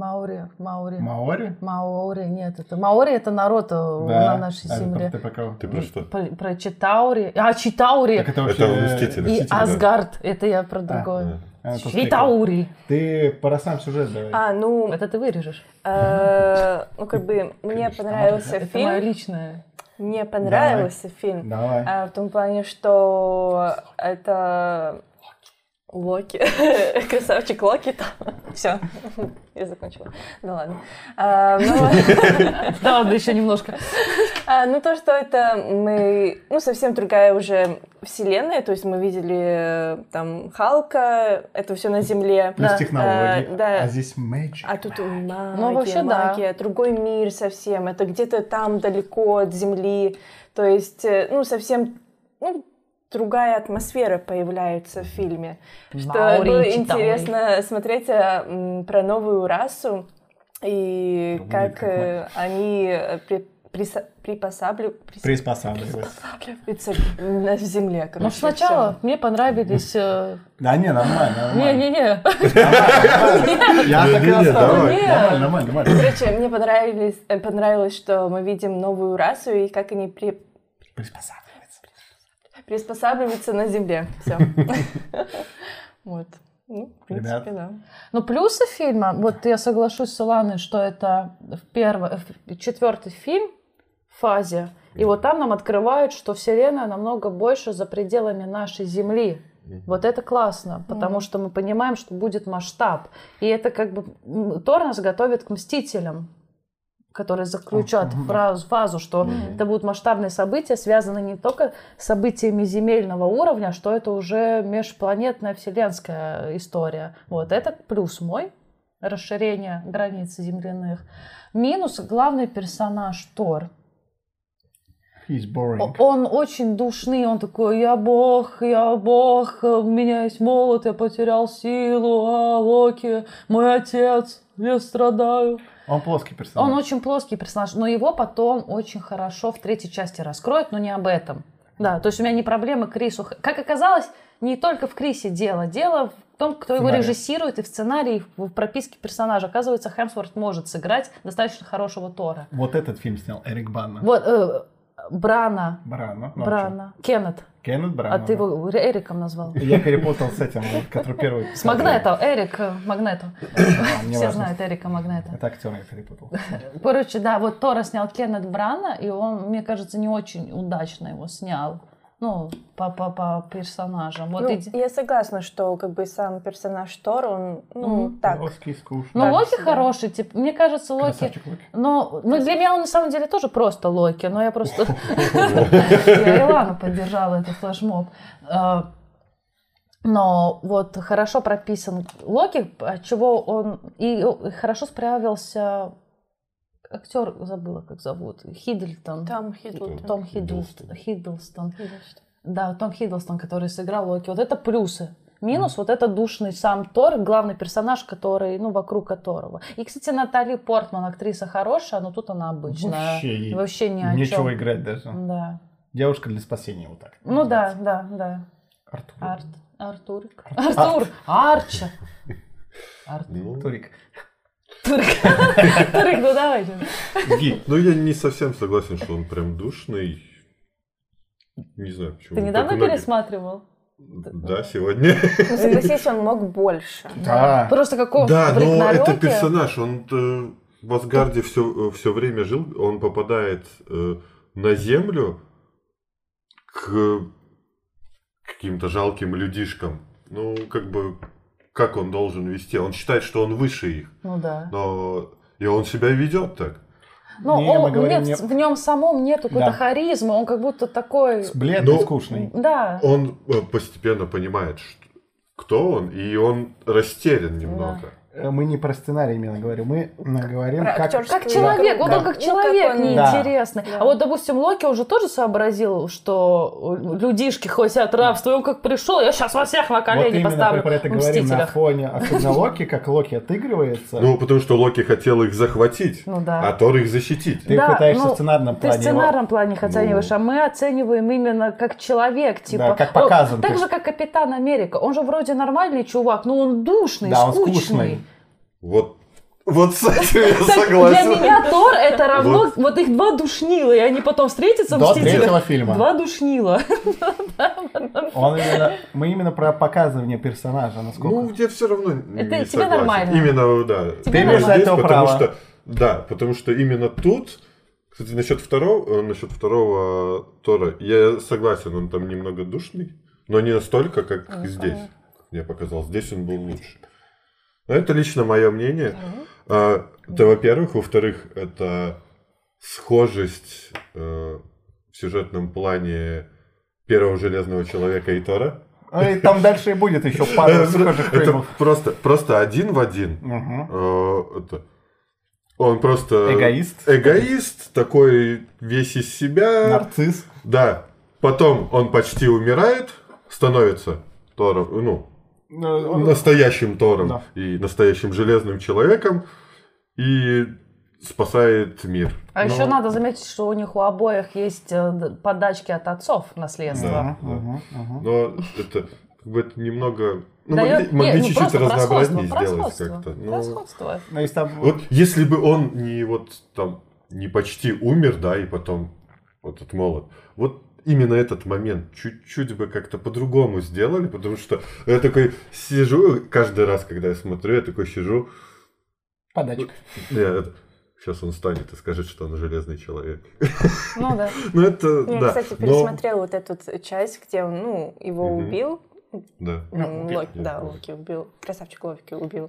Маори, нет, это Маори, это народ на нашей земле. Ты про кого? Ты про что? Про Читаури. Читаури. Так это Это вообще... Мстители. И Асгард. Это я про другое. это Читаури. Ты про сам сюжет давай. Это ты вырежешь. Мне понравился Это мое фильм. личное. Мне понравился фильм. Давай. В том плане, что это Локи. Красавчик Локи там. Все, я закончила. Ну ладно. Да ладно, еще немножко. То, что это совсем другая уже вселенная, то есть мы видели там Халка, это все на Земле. Плюс технологии. Да. А здесь magic. А тут магия, Ну, вообще, да. магия, другой мир совсем. Это где-то там далеко от Земли. То есть, совсем другая атмосфера появляется в фильме. Что Маори, было Читаури. интересно смотреть про новую расу и как они Приспосабливаются. на Земле. Ну, сначала мне понравились... Да не, нормально. Не-не-не. Я так и Не-не-не, оставлю. давай. Нормально. Короче, мне понравилось, что мы видим новую расу и как они приспосабливаются на Земле. Все. Вот. В принципе, да. Но плюсы фильма, вот я соглашусь с Иланой, что это четвертый фильм в фазе, и вот там нам открывают, что Вселенная намного больше за пределами нашей Земли. Вот это классно, потому что мы понимаем, что будет масштаб. И это как бы Тор нас готовит к Мстителям, которые заключат фазу, что это будут масштабные события, связанные не только с событиями земельного уровня, что это уже межпланетная вселенская история. Вот это плюс мой, расширение границ земляных. Минус главный персонаж Тор. He's boring. Он очень душный, он такой: я бог, у меня есть молот, я потерял силу, Локи, мой отец, я страдаю. Он плоский персонаж. Он очень плоский персонаж, но его потом очень хорошо в третьей части раскроют, но не об этом. Да, то есть у меня не проблемы Крису. Как оказалось, не только в Крисе дело. Дело в том, кто его режиссирует, и в сценарии, и в прописке персонажа. Оказывается, Хемсворт может сыграть достаточно хорошего Тора. Вот этот фильм снял Эрик Бана. Вот, Брана. Кеннет. Кеннет Брана. А ты его Эриком назвал? Я перепутал с этим, который первый. С Магнето. Эрик Магнето. Все знают Эрика Магнето. Это актер я перепутал. Короче, да, вот Тора снял Кеннет Брана, и он, мне кажется, не очень удачно его снял. Ну, по персонажам. Вот я согласна, что как бы сам персонаж Тор, он, так. Плоский, скучный. Ну, Локи хороший, типа, мне кажется, Локи... Красавчик Локи. Но для меня он на самом деле тоже просто Локи, но я просто... Я Илану поддержала этот флешмоб. Но вот хорошо прописан Локи, от чего он и хорошо справился... Актер, забыла, как зовут. Хиддлстон. Том Хиддлстон. Да, Том Хиддлстон, который сыграл Локи. Вот это плюсы. Минус вот это душный сам Тор, главный персонаж, который, вокруг которого. И, кстати, Натали Портман, актриса хорошая, но тут она обычная. Вообще ни о чем. Нечего играть даже. Да. Девушка для спасения, вот так. Ну да. Артур. Арча. Турик. Турик, ну давай. Ну, я не совсем согласен, что он прям душный. Не знаю, почему. Ты недавно пересматривал? Да, сегодня. Ну, согласись, он мог больше. Да. Просто какого Да, в но это Рагнарёке- персонаж, он в Асгарде все время жил, он попадает на землю к каким-то жалким людишкам. Ну, как бы, как он должен вести? Он считает, что он выше их, Ну да. но и он себя ведет так. Но Не, мы говорим нет, не- в нем самом нет какой-то Да. харизмы, он как будто такой... Бледный, Ну, скучный. Да. Он постепенно понимает, кто он, и он растерян немного. Мы не про сценарий именно говорим, мы говорим Про как... актерскую Как человек, вот Да. он как Ну, человек как он- неинтересный. Да. А вот, допустим, Локи уже тоже сообразил, что людишки хотят рабства, и он как пришел, я сейчас вас всех на Вот колени именно поставлю про это в говорим на «Мстителях». фоне, особенно Локи, как Локи отыгрывается. Ну, потому что Локи хотел их захватить, Ну да. а Тор их защитить. Ты Да, пытаешься ну, в сценарном Ты плане в сценарном плане их Ну. оцениваешь, а мы оцениваем именно как человек, типа. как показан. Так же, как Капитан Америка. Он же вроде нормальный чувак, но он душный, Да, он скучный. скучный. Вот с этим я Так, для согласен. меня Тор это равно вот их два душнила, и они потом встретятся в До «Мстителях». третьего фильма. Два душнила. Мы именно про показывание персонажа, насколько... Ну, я все равно Это не тебе согласен. нормально. Именно, да. Тебе Именно нормально. здесь, этого потому права. что, да, потому что именно тут, кстати, насчет второго Тора, я согласен, он там немного душный, но не настолько, как здесь, как мне показалось. Здесь он был лучше. Но это лично мое мнение. Это, во-первых. Во-вторых, это схожесть в сюжетном плане первого Железного Человека и Тора. И там дальше и будет еще пара схожих Это фильмов. просто один в один. Мгм. Он просто Эгоист. такой весь из себя. Нарцисс. Да. Потом он почти умирает, становится Тором, Ну, настоящим Тором Да. и настоящим Железным Человеком и спасает мир. А Ну, еще надо заметить, что у них у обоих есть подачки от отцов наследства. Да. Но это как бы это немного... Даёт- могли не, ну, чуть-чуть просто про разнообразнее сходство, сделать про как-то. Про сходство. Ну, если там... Вот если бы он не почти умер, да, и потом вот этот молот. Вот именно этот момент чуть-чуть бы как-то по-другому сделали, потому что я такой сижу, каждый раз, когда я смотрю, я такой сижу, Подачка. сейчас он встанет и скажет, что он Железный Человек. Ну да. Ну это, Я, да. кстати, но- пересмотрела вот эту часть, где он, его Мгм. убил. Да. Локи, да, Локи убил. Красавчик Локи убил.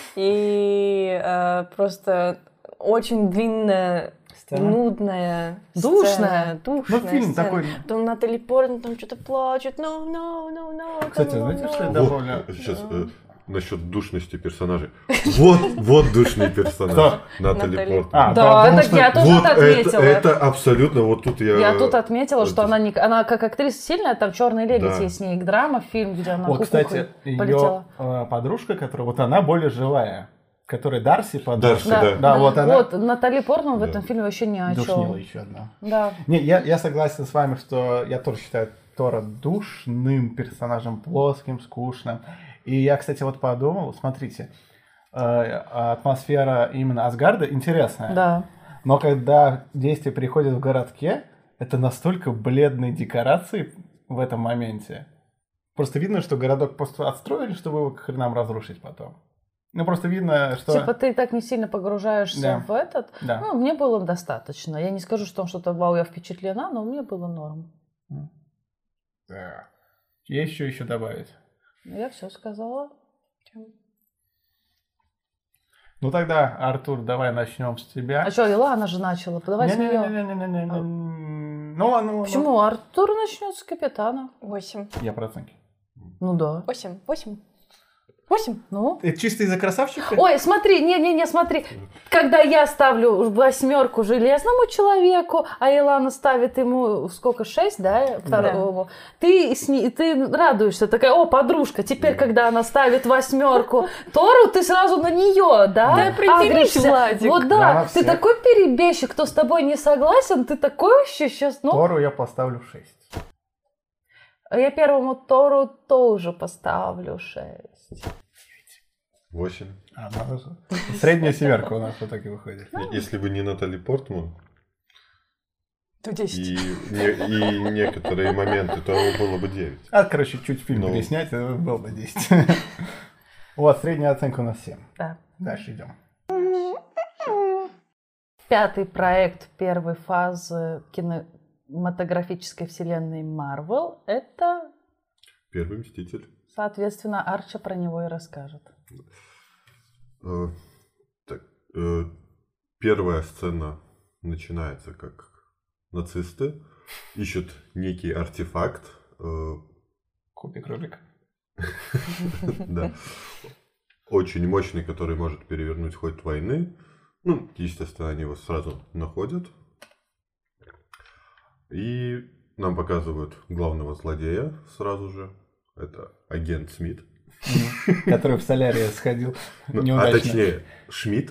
И просто очень длинная, Сцена. нудная, Душная. сцена, душная Ну, фильм сцена. такой... Там Натали Портман там что-то плачет. No. Кстати, знаете, что я Вот, довольно... сейчас насчет душности персонажей. Вот душный персонаж. Кто? Натали Натали. Портман. Да, потому так что- я тоже Вот это отметила. это абсолютно, вот тут Я тут отметила, что это- она как актриса сильная, там «Черный лебедь» Да. есть с ней, драма, фильм, где она Вот, кукухой кстати, ее полетела. подружка, которая... Вот она более живая. Которая Дарси подружка. Дарси, Да, вот она. Вот, Натали Портман в Да. этом фильме вообще ни о Душнила чем. еще одна. Да. Не, я согласен с вами, что я тоже считаю Тора душным персонажем, плоским, скучным. И я, кстати, вот подумал, смотрите, атмосфера именно Асгарда интересная. Да. Но когда действие приходит в городке, это настолько бледные декорации в этом моменте. Просто видно, что городок просто отстроили, чтобы его к хренам разрушить потом. Ну, просто видно, что... Типа ты так не сильно погружаешься Да. в этот. Да. Ну, мне было достаточно. Я не скажу, что там что-то вау, я впечатлена, но мне было норм. Да. Есть что еще добавить? Я все сказала. Ну тогда, Артур, давай начнем с тебя. А что, Илана же начала, давай с нее. Не-не-не-не-не-не. Ну ладно. Почему? Артур начнет с капитана. 8. Я про оценки. Ну да. 8. Ну. Это чисто из-за красавчика? Ой, смотри, не, смотри. Когда я ставлю 8 Железному Человеку, а Илана ставит ему сколько, 6, да, второму, ты радуешься, такая, о, подружка. Теперь, когда она ставит 8 Тору, ты сразу на нее, да? Да определись, агришься. Владик. Вот Да, да, все. ты такой перебежчик, кто с тобой не согласен, ты такой вообще сейчас, ну. Тору я поставлю 6. Я первому Тору тоже поставлю 6. 8. Средняя семерка у нас вот так и выходит. Если бы не Натали Портман, То 10. И некоторые моменты, то было бы 9. Короче, чуть фильм переснять, было бы 10. Вот, средняя оценка у нас 7. Да. Дальше идем. 5-й проект первой фазы кинематографической вселенной Marvel — это, Первый Мститель. соответственно, Арчи про него и расскажет. Первая сцена начинается как нацисты ищут некий артефакт. Кубик Рубик. Да. Очень мощный, который может перевернуть ход войны. Ну, естественно, они его сразу находят. И нам показывают главного злодея сразу же. Это агент Смит. Который в Солярия сходил неудачно. А точнее, Шмидт.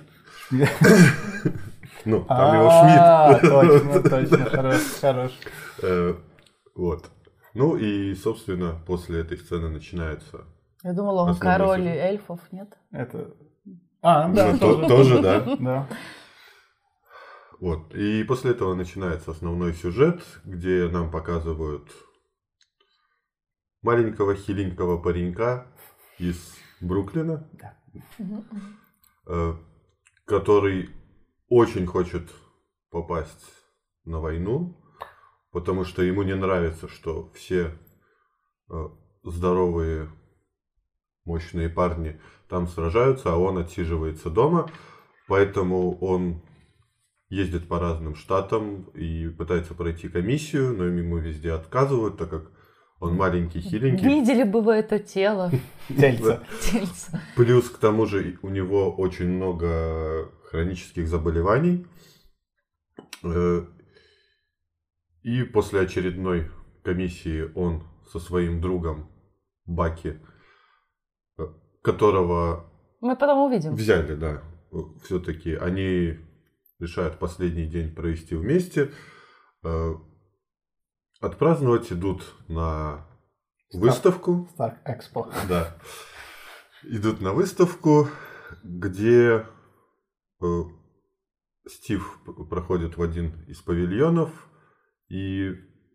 Ну, там его Шмидт. Точно, хорош. Вот. Ну и, собственно, после этой сцены начинается... Я думала, он король эльфов, нет? Это... да, тоже, да. Да. Вот. И после этого начинается основной сюжет, где нам показывают маленького хиленького паренька из Бруклина, который очень хочет попасть на войну, потому что ему не нравится, что все здоровые, мощные парни там сражаются, а он отсиживается дома. Поэтому он ездит по разным штатам и пытается пройти комиссию, но ему везде отказывают, так как он маленький, хиленький. Видели бы вы это тело. Тельце. Плюс к тому же у него очень много хронических заболеваний. И после очередной комиссии он со своим другом Баки, которого мы потом увидим. Взяли, да. Все-таки они решают последний день провести вместе. Отпраздновать идут на выставку. Stark Expo. Да. Идут на выставку, где Стив проходит в один из павильонов и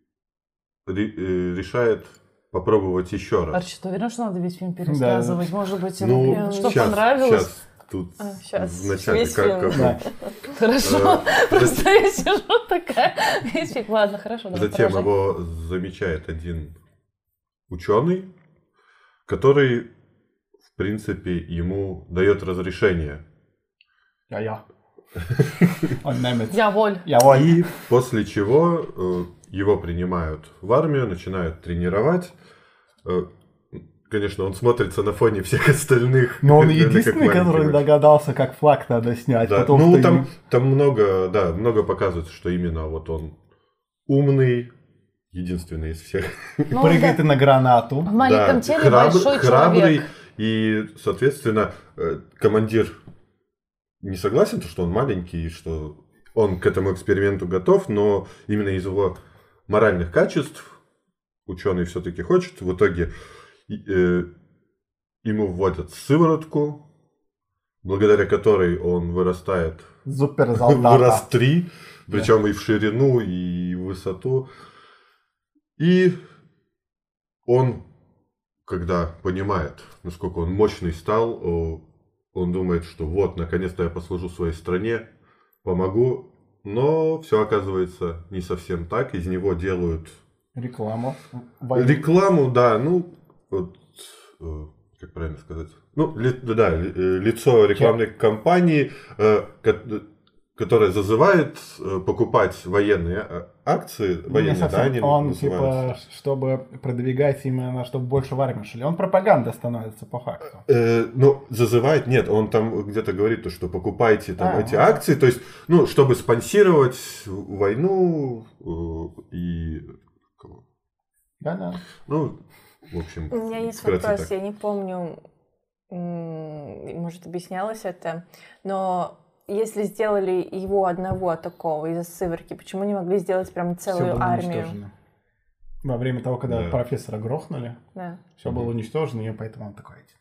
решает попробовать еще раз. Арчи, ты уверен, что надо весь фильм пересказывать? Да. Может быть, что понравилось? Сейчас. Тут сейчас. вначале Хорошо. Просто я сижу такая. Ладно, хорошо. Затем его замечает один ученый, который, в принципе, ему дает разрешение. Он немец. Я воль. И после чего его принимают в армию, начинают тренировать. Конечно, он смотрится на фоне всех остальных. Но он единственный, который догадался, как флаг надо снять. Да. Ну, там много показывается, что именно вот он умный, единственный из всех. Прыгает и на гранату. В маленьком теле большой храбрый, человек. И, соответственно, командир не согласен, что он маленький, и что он к этому эксперименту готов, но именно из его моральных качеств ученый все-таки хочет. В итоге ему вводят сыворотку, благодаря которой он вырастает в раз 3, причем и в ширину, и в высоту. И он, когда понимает, насколько он мощный стал, он думает, что вот, наконец-то я послужу своей стране, помогу. Но все оказывается не совсем так. Из него делают... Рекламу, да, ну, вот, как правильно сказать? Ну, лицо рекламной кампании, которая зазывает покупать военные акции. Он, типа, чтобы продвигать именно, чтобы больше в армию шли. Он пропаганда становится по факту. Ну, зазывает, нет, он там где-то говорит, что покупайте там эти акции, то есть, ну, чтобы спонсировать войну и... Да. Ну, в общем, у меня есть вопрос, так. Я не помню, может, объяснялось это, но если сделали его одного такого из-за сыворотки, почему не могли сделать прям целую армию? Уничтожено. Во время того, когда профессора грохнули, все было уничтожено, и поэтому он такой один.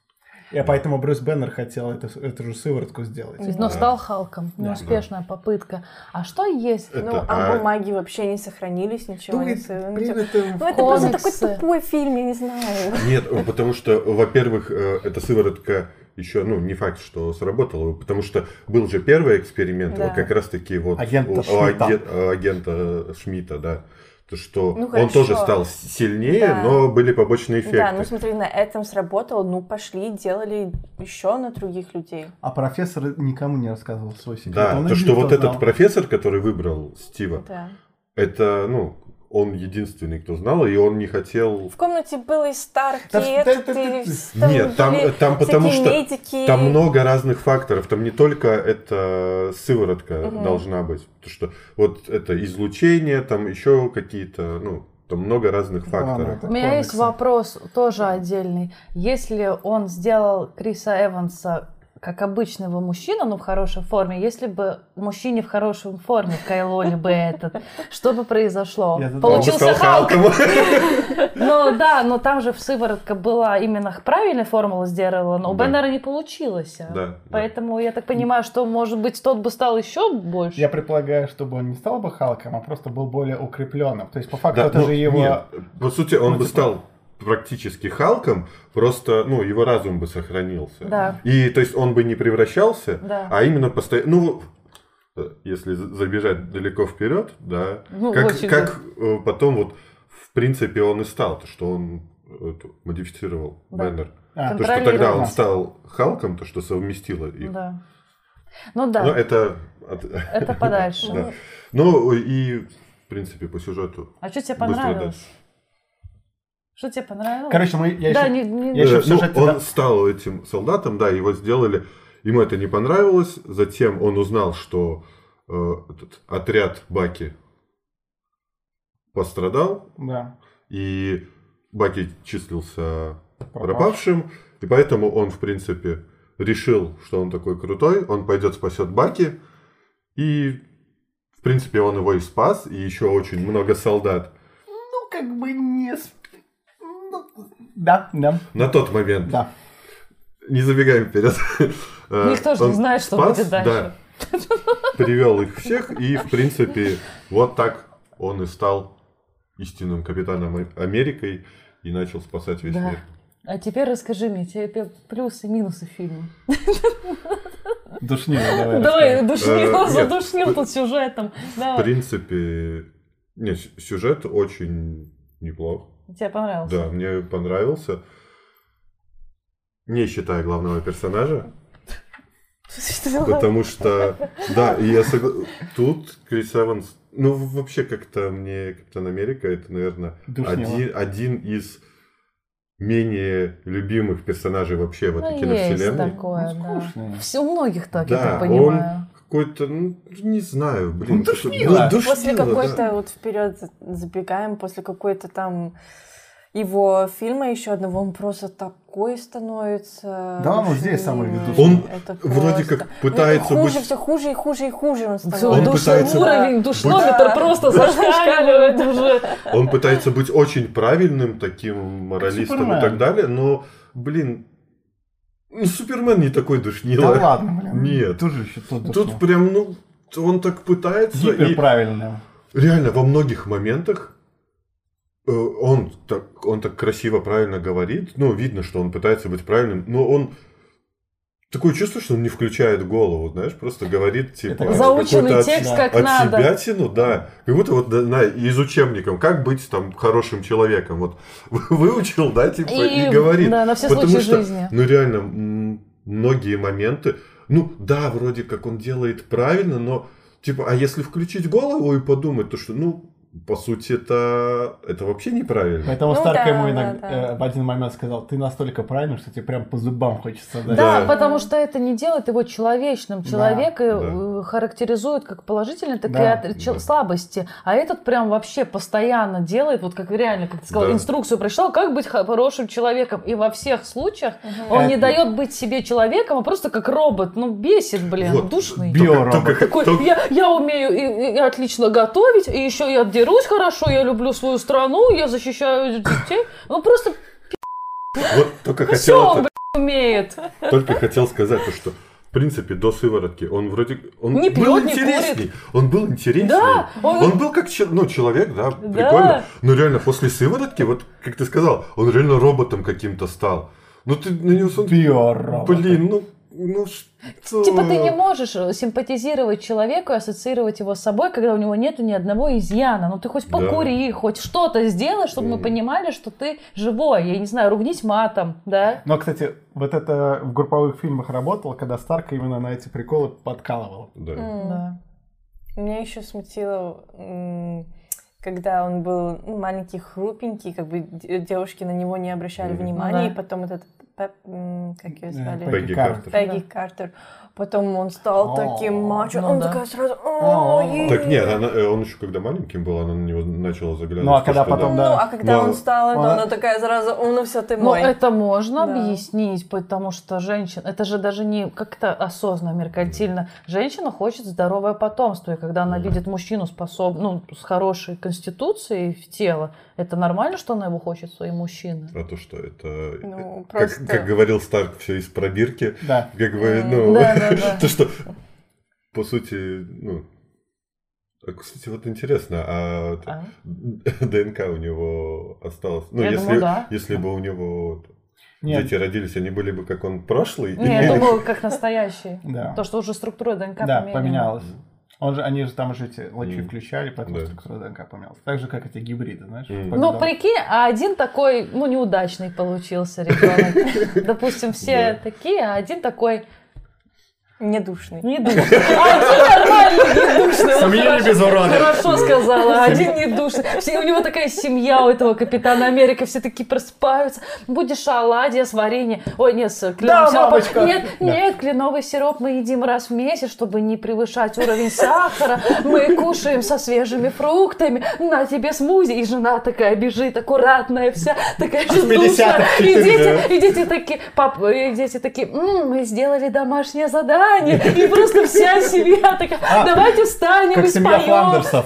И поэтому Брюс Беннер хотел эту же сыворотку сделать. Но стал Халком. Неуспешная попытка. А что есть? Бумаги вообще не сохранились, ничего не это комиксы. просто такой тупой фильм, я не знаю. Нет, потому что, во-первых, эта сыворотка еще, не факт, что сработала, потому что был же первый эксперимент, вот как раз-таки вот агента Шмидта, да. То, что он тоже стал сильнее, но были побочные эффекты. Да, смотри, на этом сработало, пошли, делали еще на других людей. А профессор никому не рассказывал свой секрет. Да, то, что вот этот профессор, который выбрал Стива, это, он единственный, кто знал, и он не хотел... В комнате был и Старк, и Нет, там потому что медики. Там много разных факторов. Там не только эта сыворотка должна быть. Потому что вот это излучение, там еще какие-то, там много разных факторов. У меня есть вопрос тоже отдельный. Если он сделал Криса Эванса как обычного мужчину, в хорошей форме, если бы мужчине в хорошей форме вкололи бы этот, что бы произошло? Получился Халк. Но там же сыворотка была именно правильной формулы сделана, но у Беннера не получилось. Поэтому я так понимаю, что, может быть, тот бы стал еще больше. Я предполагаю, чтобы он не стал бы Халком, а просто был более укрепленным. То есть, по факту, это же его... Нет, по сути, он бы стал практически Халком, просто, его разум бы сохранился. Да. И, то есть, он бы не превращался, а именно постоянно... если забежать далеко вперед, да, как потом вот, в принципе, он и стал, то, что он модифицировал Беннер. То, что тогда он стал Халком, то, что совместило их. Да. Но это подальше. Да. И, в принципе, по сюжету. А что тебе понравилось? Что тебе понравилось? Короче, он стал этим солдатом, да, его сделали, ему это не понравилось, затем он узнал, что этот отряд Баки пострадал, и Баки числился пропавшим, и поэтому он, в принципе, решил, что он такой крутой, он пойдет спасет Баки, и, в принципе, он его и спас, и еще очень много солдат. Да. На тот момент. Да. Не забегаем вперед. Никто же не знает, что будет дальше. Да, привел их всех, и, в принципе, вот так он и стал истинным капитаном Америкой и начал спасать весь мир. А теперь расски мне, тебе плюсы и минусы фильма. Душнило, давай. Задушнил тут сюжетом. В принципе, сюжет очень неплох. Тебе понравился? Да, мне понравился. Не считая главного персонажа. Потому что, да, и я согласен. Тут Крис Эванс, вообще как-то мне Капитан Америка, это, наверное, один из менее любимых персонажей вообще в этой киновселенной. Есть такое, да. У многих так, я так понимаю. Он какой-то, не знаю, блин. Душнило. После какой-то, вот вперед забегаем, после какой-то там его фильма еще одного, он просто такой становится. Да, здесь самый ведущий. Он вроде как пытается быть... Все хуже и хуже и хуже он становится. Он пытается... Уровень душнометр просто зашкаливает уже. Он пытается быть очень правильным, таким моралистом и так далее, но, блин, Супермен не такой душнило. Да ладно, блин. Нет. Тоже еще тот Тут прям, он так пытается. Гиперправильно. Реально, во многих моментах он так красиво, правильно говорит. Видно, что он пытается быть правильным, но он... Такое чувство, что он не включает голову, знаешь, просто говорит, типа... Заученный текст как надо. От себятину, да. Как будто из учебников, как быть там хорошим человеком. Вот выучил, да, типа, и говорит. Да, на все случаи жизни. Реально, многие моменты... Да, вроде как он делает правильно, но, типа, а если включить голову и подумать, то что, по сути, это вообще неправильно. Поэтому Старк ему в один момент сказал: ты настолько правильный, что тебе прям по зубам хочется дать. Да, потому что это не делает его человечным. Человека характеризует как положительные, так и слабости. А этот прям вообще постоянно делает, вот как реально, как ты сказал, инструкцию прочитал, как быть хорошим человеком. И во всех случаях он не дает быть себе человеком, а просто как робот. Бесит, блин, душный. Биоробот. Такой, я умею и отлично готовить, и еще я дерусь хорошо, я люблю свою страну, я защищаю детей. Просто Вот только Все хотел он, умеет. только хотел сказать то, что в принципе до сыворотки он вроде Не пьет, был не интересней. Он был интересней. Да, он был как человек, да, прикольно. Но реально после сыворотки, вот как ты сказал, он реально роботом каким-то стал. Ну ты на него смотришь. Биоробот. Блин, ну что? Типа ты не можешь симпатизировать человеку и ассоциировать его с собой, когда у него нету ни одного изъяна. Ну ты хоть покури, хоть что-то сделай, чтобы мы понимали, что ты живой. Я не знаю, ругнись матом, да? Но, кстати, вот это в групповых фильмах работало, когда Старк именно на эти приколы подкалывал. Да. Меня еще смутило, когда он был маленький, хрупенький, как бы девушки на него не обращали внимания, и потом этот как ее звали? Пегги Картер. Пегги Картер. Потом он стал таким мачо, он такая сразу... Так нет, он еще когда маленьким был, она на него начала заглядывать. Ну, а когда потом, да. Ну, а когда он стал, она такая сразу, ну все, ты Но мой. это можно объяснить, потому что женщина, это же даже не как-то осознанно, меркантильно. Женщина хочет здоровое потомство, и когда она видит мужчину с хорошей конституцией в тело, это нормально, что она его хочет, своим мужчиной? А то, что это, Ну, просто... как говорил Старк, все из пробирки. Да. Как бы, ну, Да. то, что, по сути, ну... Кстати, вот интересно, а ДНК у него осталось? Ну, Я думаю, да. если бы у него Нет. дети родились, они были бы как он прошлый? Не, я думаю, как настоящий. Да. То, что уже структура ДНК Да, поменялась. поменялось. Они же там уже эти лучи включали, поэтому Да. структура ДНК поменялась. Так же, как эти гибриды, знаешь. Ну, прикинь, а один такой, неудачный получился ребенок. Допустим, все такие, а один такой Недушный. недушный. Один нормальный недушный. Вот Семья без уродов. Хорошо сказала. Один недушный. У него такая семья у этого Капитана Америка. Все такие просыпаются. Будешь оладья с вареньем. Ой, нет, с кленовым сиропом. мамочка. Нет, кленовый сироп мы едим раз в месяц, чтобы не превышать уровень сахара. Мы кушаем со свежими фруктами. На тебе смузи. И жена такая бежит, аккуратная вся. Такая же душная. И дети такие, мы сделали домашнее задание. И просто вся семья такая, давайте встанем Как и семья споем. Фландерсов.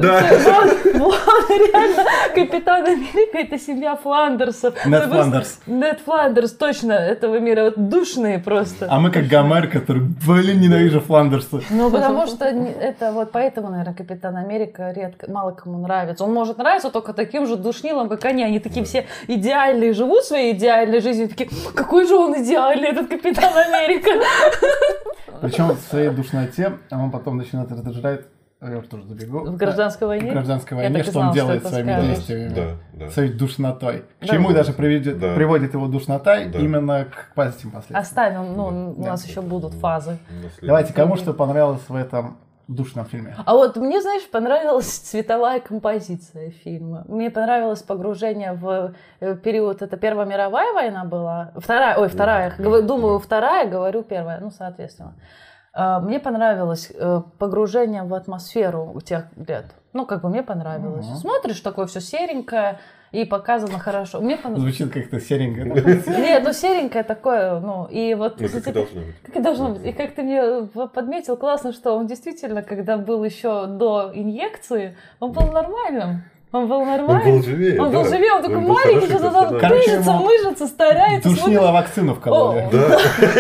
Реально, Капитан Америка — это семья Фландерсов. Нед Фландерс. Нед Фландерс, точно, этого мира. Вот душные просто. А мы как Гомер, который, ненавижу Фландерса. Ну, потому что это вот поэтому, наверное, Капитан Америка мало кому нравится. Он может нравиться только таким же душнилам, как они. Они такие все идеальные, живут своей идеальной жизнью. Такие, какой же он идеальный, этот Капитан Америка. Причем в своей душноте он потом начинает раздражать, я уже тоже забегу. В гражданской войне? В гражданской Я войне, так и что он знала, что делает это своими скажешь. действиями. Да. Своей душнотой. К Да. чему даже приводит его душнота Да. именно к позитивным последствиям. Оставим, у нас еще будут фазы. Давайте, кому что понравилось в этом душном фильме? А вот мне, знаешь, понравилась цветовая композиция фильма. Мне понравилось погружение в период, это Первая мировая война была, вторая, думаю, вторая, говорю первая, соответственно. Мне понравилось погружение в атмосферу тех лет. Мне понравилось. Смотришь, такое все серенькое и показано хорошо. Звучит как-то серенько. Нет, серенькое такое, и вот... Как и должно быть. Как и должно быть. И как ты мне подметил, классно, что он действительно, когда был еще до инъекции, он был нормальным. Он был нормальный. Он был живее. Он был живее, он такой был маленький, хороший что-то там персонаж. пыжится, мыжится, старается. Душнило вакцину вкололи. Да.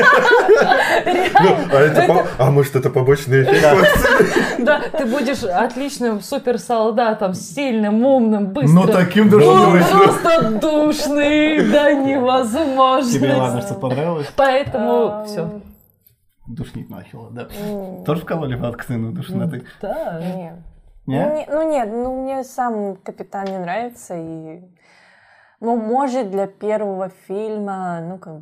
Реально. А может это побочный эффект? Да, ты будешь отличным суперсолдатом, сильным, умным, быстрым. Таким Он душнилым. просто душный, да невозможно. Тебе ладно, что понравилось? Поэтому все. Душнить начало, да. Тоже вкололи вакцину душноты? Да. Нет. Нет? Мне сам Капитан не нравится, и... может, для первого фильма,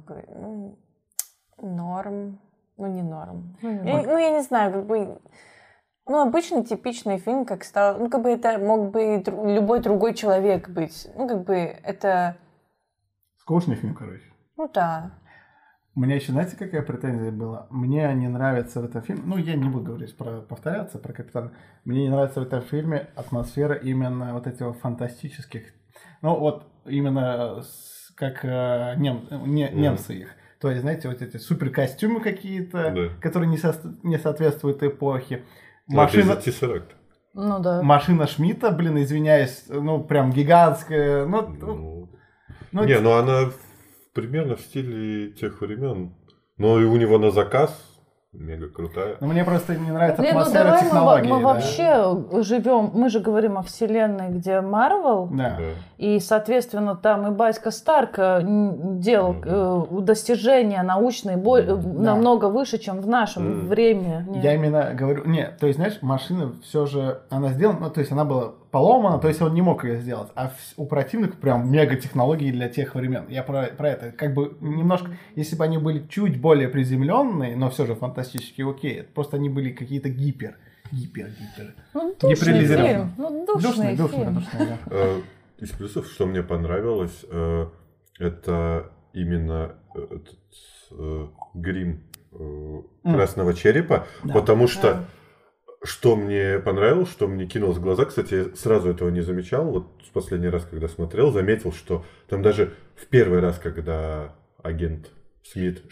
норм. Не норм. Я не знаю, обычный типичный фильм, как стал... это мог бы любой другой человек быть. Это... Скучный фильм, короче. Да. У меня еще, знаете, какая претензия была? Мне не нравится в этом фильме, я не буду говорить повторяться про Капитана, мне не нравится в этом фильме атмосфера именно вот этих фантастических, именно как немцы их. То есть, знаете, вот эти суперкостюмы какие-то, которые не соответствуют эпохе. Машина Тессеракт. Машина Шмидта, извиняюсь, прям гигантская. Она примерно в стиле тех времен. Но и у него на заказ мега крутая. Но мне просто не нравится Не, ну атмосфера давай технологий. мы да? вообще живем, мы же говорим о вселенной, где Марвел, Да. Да. и, соответственно, там и батька Старк делал достижения научные намного выше, чем в нашем времени. Я именно говорю, нет, то есть, знаешь, машина все же, она сделана, ну, то есть она была поломана, то есть он не мог ее сделать, а у противника прям мега технологии для тех времен. Я про это, как бы немножко, если бы они были чуть более приземленные, но все же фантастически окей, просто они были какие-то гипер. Ну, душный Гиперизированные. фильм. Ну, душный фильм. Душный, да. Из плюсов, что мне понравилось, это именно этот грим красного черепа, Да. потому что что мне понравилось, что мне кинулось в глаза, кстати, я сразу этого не замечал, вот в последний раз, когда смотрел, заметил, что там даже в первый раз, когда агент Шмидт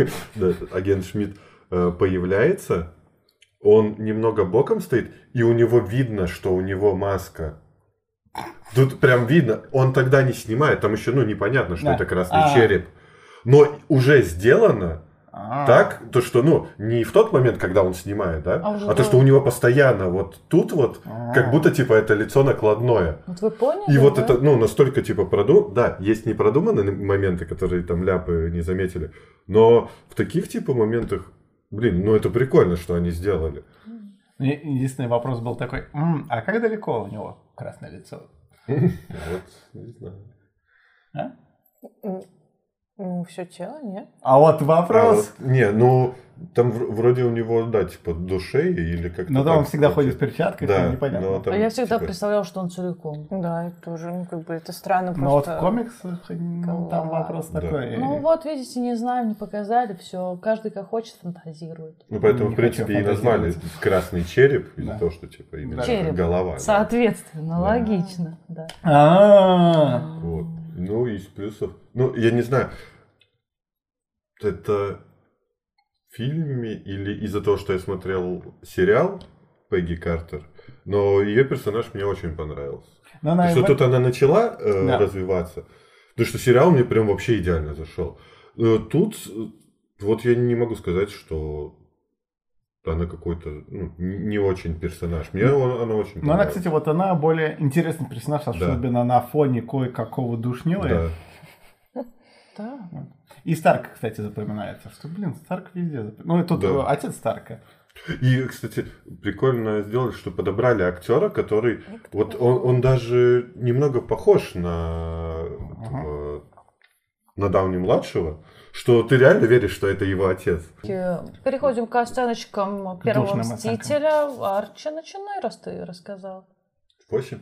появляется, он немного боком стоит, и у него видно, что у него маска. Тут прям видно, он тогда не снимает, там еще непонятно, что это красный череп. Но уже сделано так, то что, не в тот момент, когда он снимает, да, а то, что у него постоянно вот тут вот, как будто типа это лицо накладное. Вот вы поняли? И вот это, настолько типа да, есть непродуманные моменты, которые там ляпы не заметили, но в таких типа моментах, это прикольно, что они сделали. Единственный вопрос был такой, а как далеко у него красное лицо? Вот, не знаю. Ну, все тело, нет? А вот вопрос. Там вроде у него, типа до шеи или как-то. Ну да, он всегда ходит в получается. перчатках, непонятно. там, я всегда типа, представляла, что он целиком. Да, это тоже, это странно Но вот просто. в комиксах там вопрос Да. такой. Ну вот, видите, не знаю, не показали, все, каждый как хочет фантазирует. Поэтому, Не в принципе, хочу и назвали фантазировать. красный череп из-за Да. того, что типа именно Череп. голова. да. Соответственно, логично, да. А-а-а. Вот. Из плюсов. Я не знаю, это в фильме или из-за того, что я смотрел сериал Пегги Картер, но ее персонаж мне очень понравился. Но она Что и в- тут она начала Да. развиваться, потому что сериал мне прям вообще идеально зашел. Тут вот я не могу сказать, что она какой-то не очень персонаж. Мне она очень Но она, понравилась. кстати, вот она более интересный персонаж, особенно на фоне кое-какого душнила. Да. Да. И Старк, кстати, запоминается, что, Старк везде. Ну, и тут Да. отец Старка. И, кстати, прикольно сделали, что подобрали актера, который вот он даже немного похож на Дауни-младшего, что ты реально веришь, что это его отец. Переходим к оценочкам первого Душным Мстителя. Арчи, начинай, раз ты рассказал. 8.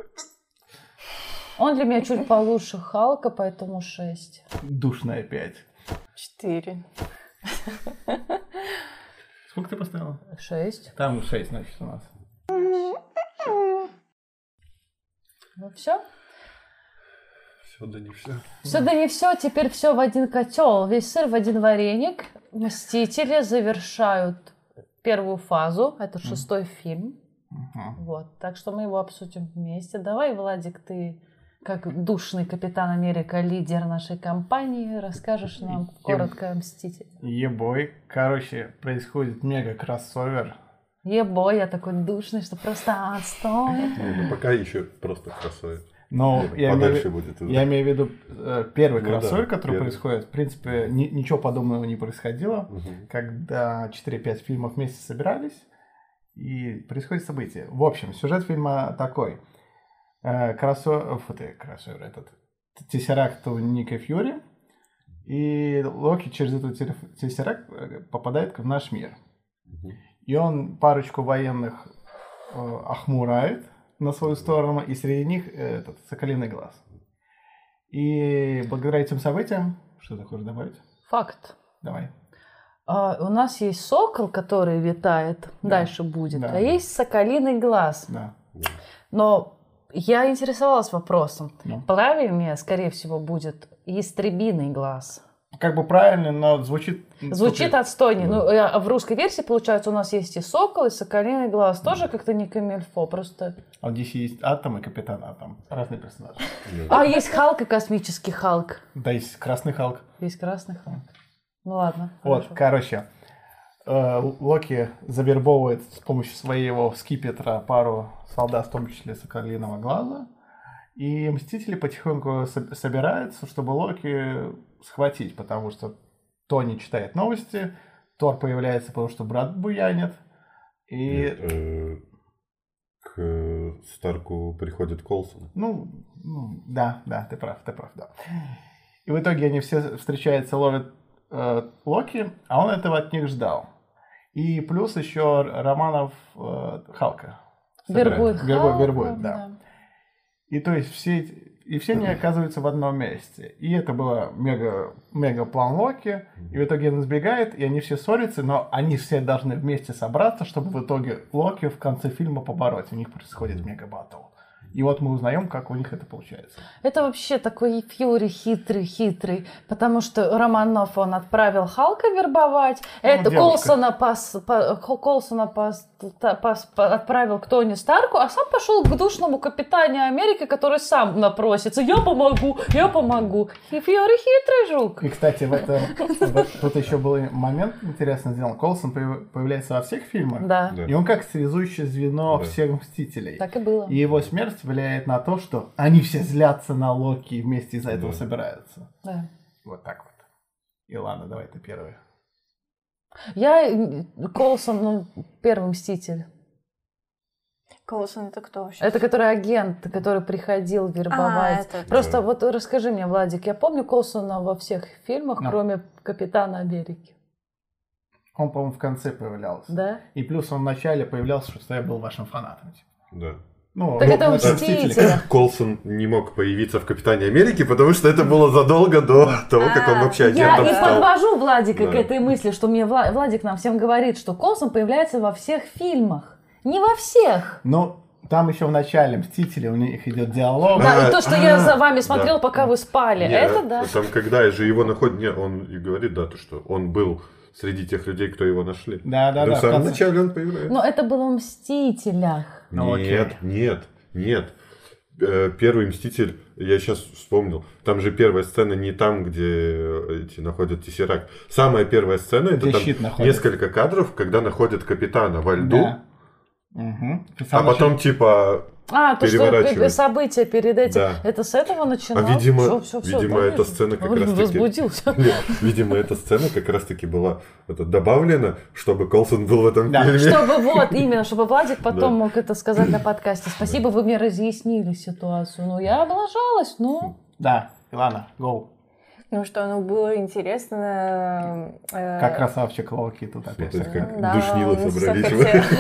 Он для меня чуть получше Халка, поэтому 6. Душная 5. 4. Сколько ты поставила? 6. Там 6, значит, у нас. Ну все? Все, да не все. Все да не все, теперь все в один котел. Весь сыр в один вареник. Мстители завершают первую фазу. Это 6-й фильм. Вот. Так что мы его обсудим вместе. Давай, Владик, ты, как душный Капитан Америка, лидер нашей компании, расскажешь нам коротко о Мстителе. Ебой. Короче, происходит мега-кроссовер. Ебой, я такой душный, что просто отстой. Пока еще просто красавец. Но я Подальше имею, будет. я имею в виду первый кроссовер, да, который первый. происходит. В принципе, ничего подобного не происходило, когда 4-5 фильмов вместе собирались, и происходит событие. В общем, сюжет фильма такой. Кроссовер этот. Тессеракт у Ника Фьюри, и Локи через этот тессеракт попадает в наш мир. И он парочку военных охмурает на свою сторону, и среди них этот Соколиный глаз. И благодаря этим событиям... Что ты хочешь добавить? Факт. Давай. У нас есть сокол, который витает, дальше будет, Да. а есть соколиный глаз. Да. Но я интересовалась вопросом. Ну. Правильнее, скорее всего, будет ястребиный глаз. как бы правильно, но звучит... Звучит отстойнее. Ну, а в русской версии, получается, у нас есть и Сокол, и Соколиный глаз. Тоже как-то не камильфо, просто... А в DC есть Атом и Капитан Атом. Разные персонажи. А есть Халк и космический Халк. Да, есть Красный Халк. Есть красный Халк. Ну ладно. Вот, хорошо. короче, Локи завербовывает с помощью своего скипетра пару солдат, в том числе Соколиного глаза. И Мстители потихоньку собираются, чтобы Локи схватить, потому что Тони читает новости, Тор появляется, потому что брат буянит. И... К Старку приходит Колсон. Ну, да, ты прав, да. И в итоге они все встречаются, ловят Локи, а он этого от них ждал. И плюс еще Романов Халка. Вербует, да. И то есть все они оказываются в одном месте. И это было мега план Локи. И в итоге он избегает, и они все ссорятся, но они все должны вместе собраться, чтобы в итоге Локи в конце фильма побороть. У них происходит мега баттл. И вот мы узнаем, как у них это получается. Это вообще такой Фьюри хитрый, потому что Романов, он отправил Халка вербовать, это Колсона отправил к Тони Старку, а сам пошел к душному Капитане Америки, который сам напросится. Я помогу. И Фьюри хитрый жук. И, кстати, тут еще был момент интересно сделан. Колсон появляется во всех фильмах, Да. И он как связующее звено всех Мстителей. Так и было. И его смерть влияет на то, что они все злятся на Локи и вместе из-за этого собираются. Да. Вот так вот. Илана, давай ты первая. Колсон, первый Мститель. Колсон это кто вообще? Это который агент, который приходил вербовать. Просто вот расскажи мне, Владик, я помню Колсона во всех фильмах, кроме Капитана Америки. Он, по-моему, в конце появлялся. Да? И плюс он в начале появлялся, что я был вашим фанатом. Да. Так это Мстители. Колсон не мог появиться в Капитане Америки, потому что это было задолго до того, как он вообще агентом Я и стал. подвожу Владика к этой мысли, что мне Владик нам всем говорит, что Колсон появляется во всех фильмах. Не во всех. Ну, там еще в начале Мстители, у них идет диалог. Да, и то, что я за вами смотрел, пока вы спали, это да. Там, когда же его находит, он и говорит, да, то, что он был среди тех людей, кто его нашли. Да. В самом начале он появляется. Но это было в «Мстителях». Нет. Первый Мститель, я сейчас вспомнил, там же первая сцена не там, где эти находят Тессеракт. Самая первая сцена, это там несколько кадров, когда находят Капитана во льду. Да. Угу. А потом типа то, что события перед этим, это с этого начиналось? Видимо, эта сцена как раз таки... Возбудился. Видимо, эта сцена как раз таки была добавлена, чтобы Колсон был в этом фильме. Чтобы Владик потом мог это сказать на подкасте. Спасибо, вы мне разъяснили ситуацию. Ну, я облажалась, Да, Илана, go. Ну что, было интересно. Как красавчик Локи тут опять. Как душнило собрались.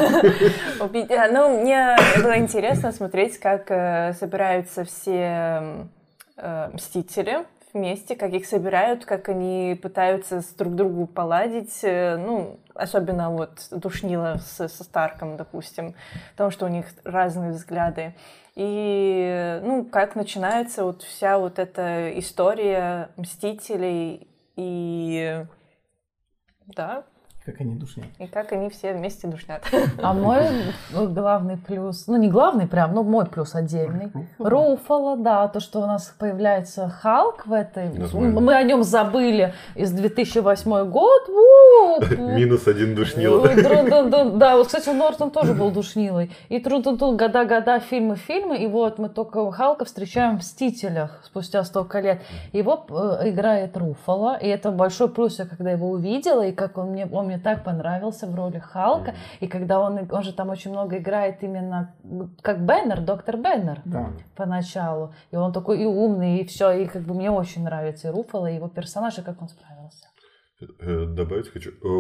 Мне было интересно смотреть, как собираются все Мстители вместе, как их собирают, как они пытаются друг другу поладить. Особенно вот душнило со Старком, допустим, потому что у них разные взгляды. И, как начинается вся эта история Мстителей и... Да. Как они душнят. И как они все вместе душнят. А мой главный плюс, не главный прям, но мой плюс отдельный. Руффало, да, то, что у нас появляется Халк в этой... Мы о нем забыли из 2008 год. -1 душнило. Да, вот, кстати, Нортон тоже был душнилой. И трун-тун-тун, года, фильмы, и вот мы только Халка встречаем в «Мстителях» спустя столько лет. Его играет Руффало, и это большой плюс, я когда его увидела, и как он мне так понравился в роли Халка, и когда он же там очень много играет именно как Беннер, доктор Беннер поначалу. И он такой и умный, и все, и мне очень нравится и Руффало, и его персонаж, и как он справился. Добавить хочу.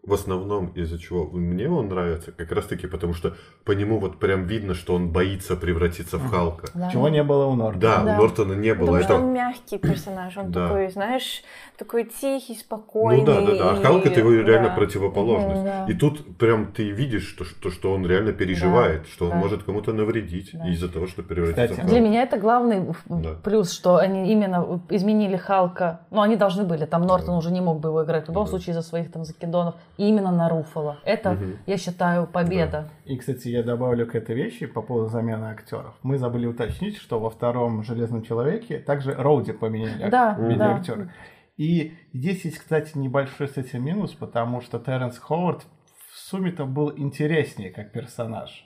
в основном из-за чего мне он нравится, как раз таки потому, что по нему вот прям видно, что он боится превратиться в Халка. Да. Чего не было у Нортона. Да, у Нортона не было. Потому что он мягкий персонаж, он такой, знаешь, такой тихий, спокойный. Ну да. А Халк это его реально противоположность. И тут прям ты видишь, что он реально переживает, что он может кому-то навредить из-за того, что превратится в Халка. Для меня это главный плюс, что они именно изменили Халка. Ну, они должны были, там Нортон уже не мог бы его играть в любом случае из-за своих там закидонов. И именно на Руффало. Это, я считаю, победа. И, кстати, я добавлю к этой вещи по поводу замены актеров. Мы забыли уточнить, что во втором «Железном человеке» также Роуди поменяли актера. И здесь есть, кстати, небольшой с этим минус, потому что Терренс Ховард в сумме-то был интереснее как персонаж.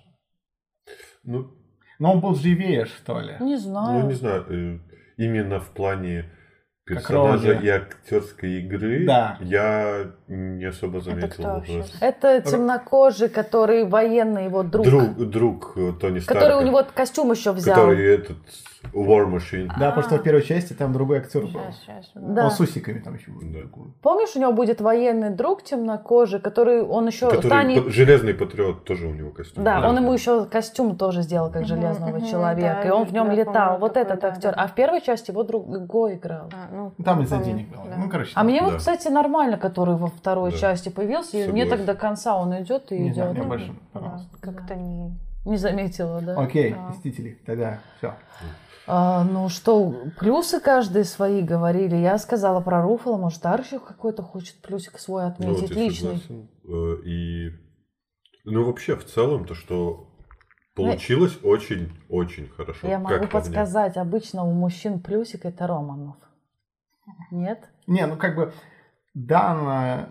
Но он был живее, что ли. Не знаю. Ну, не знаю. Именно в плане персонажа и актерской игры я не особо заметил вопрос. Это темнокожий, который военный, его друг. Друг Тони Старка. Который у него костюм еще взял. Который этот War Machine. Да, потому что в первой части там другой актер был. Он с усиками там еще был. Помнишь, у него будет военный друг темнокожий, который он еще станет... Железный патриот, тоже у него костюм. Да, он ему еще костюм тоже сделал, как железного человека. И он в нем летал. Вот этот актер. А в первой части его другой играл. Там из-за денег было. А мне вот, кстати, нормально, который во второй части появился. И мне так до конца он идет и идет. Мне больше понравилось. Как-то не заметила, да. Окей, Мстители, тогда все. Ну что, плюсы каждый свои говорили. Я сказала про Руффало, может, Арчи какой-то хочет плюсик свой отметить, личный. И, вообще, в целом, то, что получилось очень-очень хорошо. Я могу подсказать, обычно у мужчин плюсик это Романов. Нет? Не, да, она...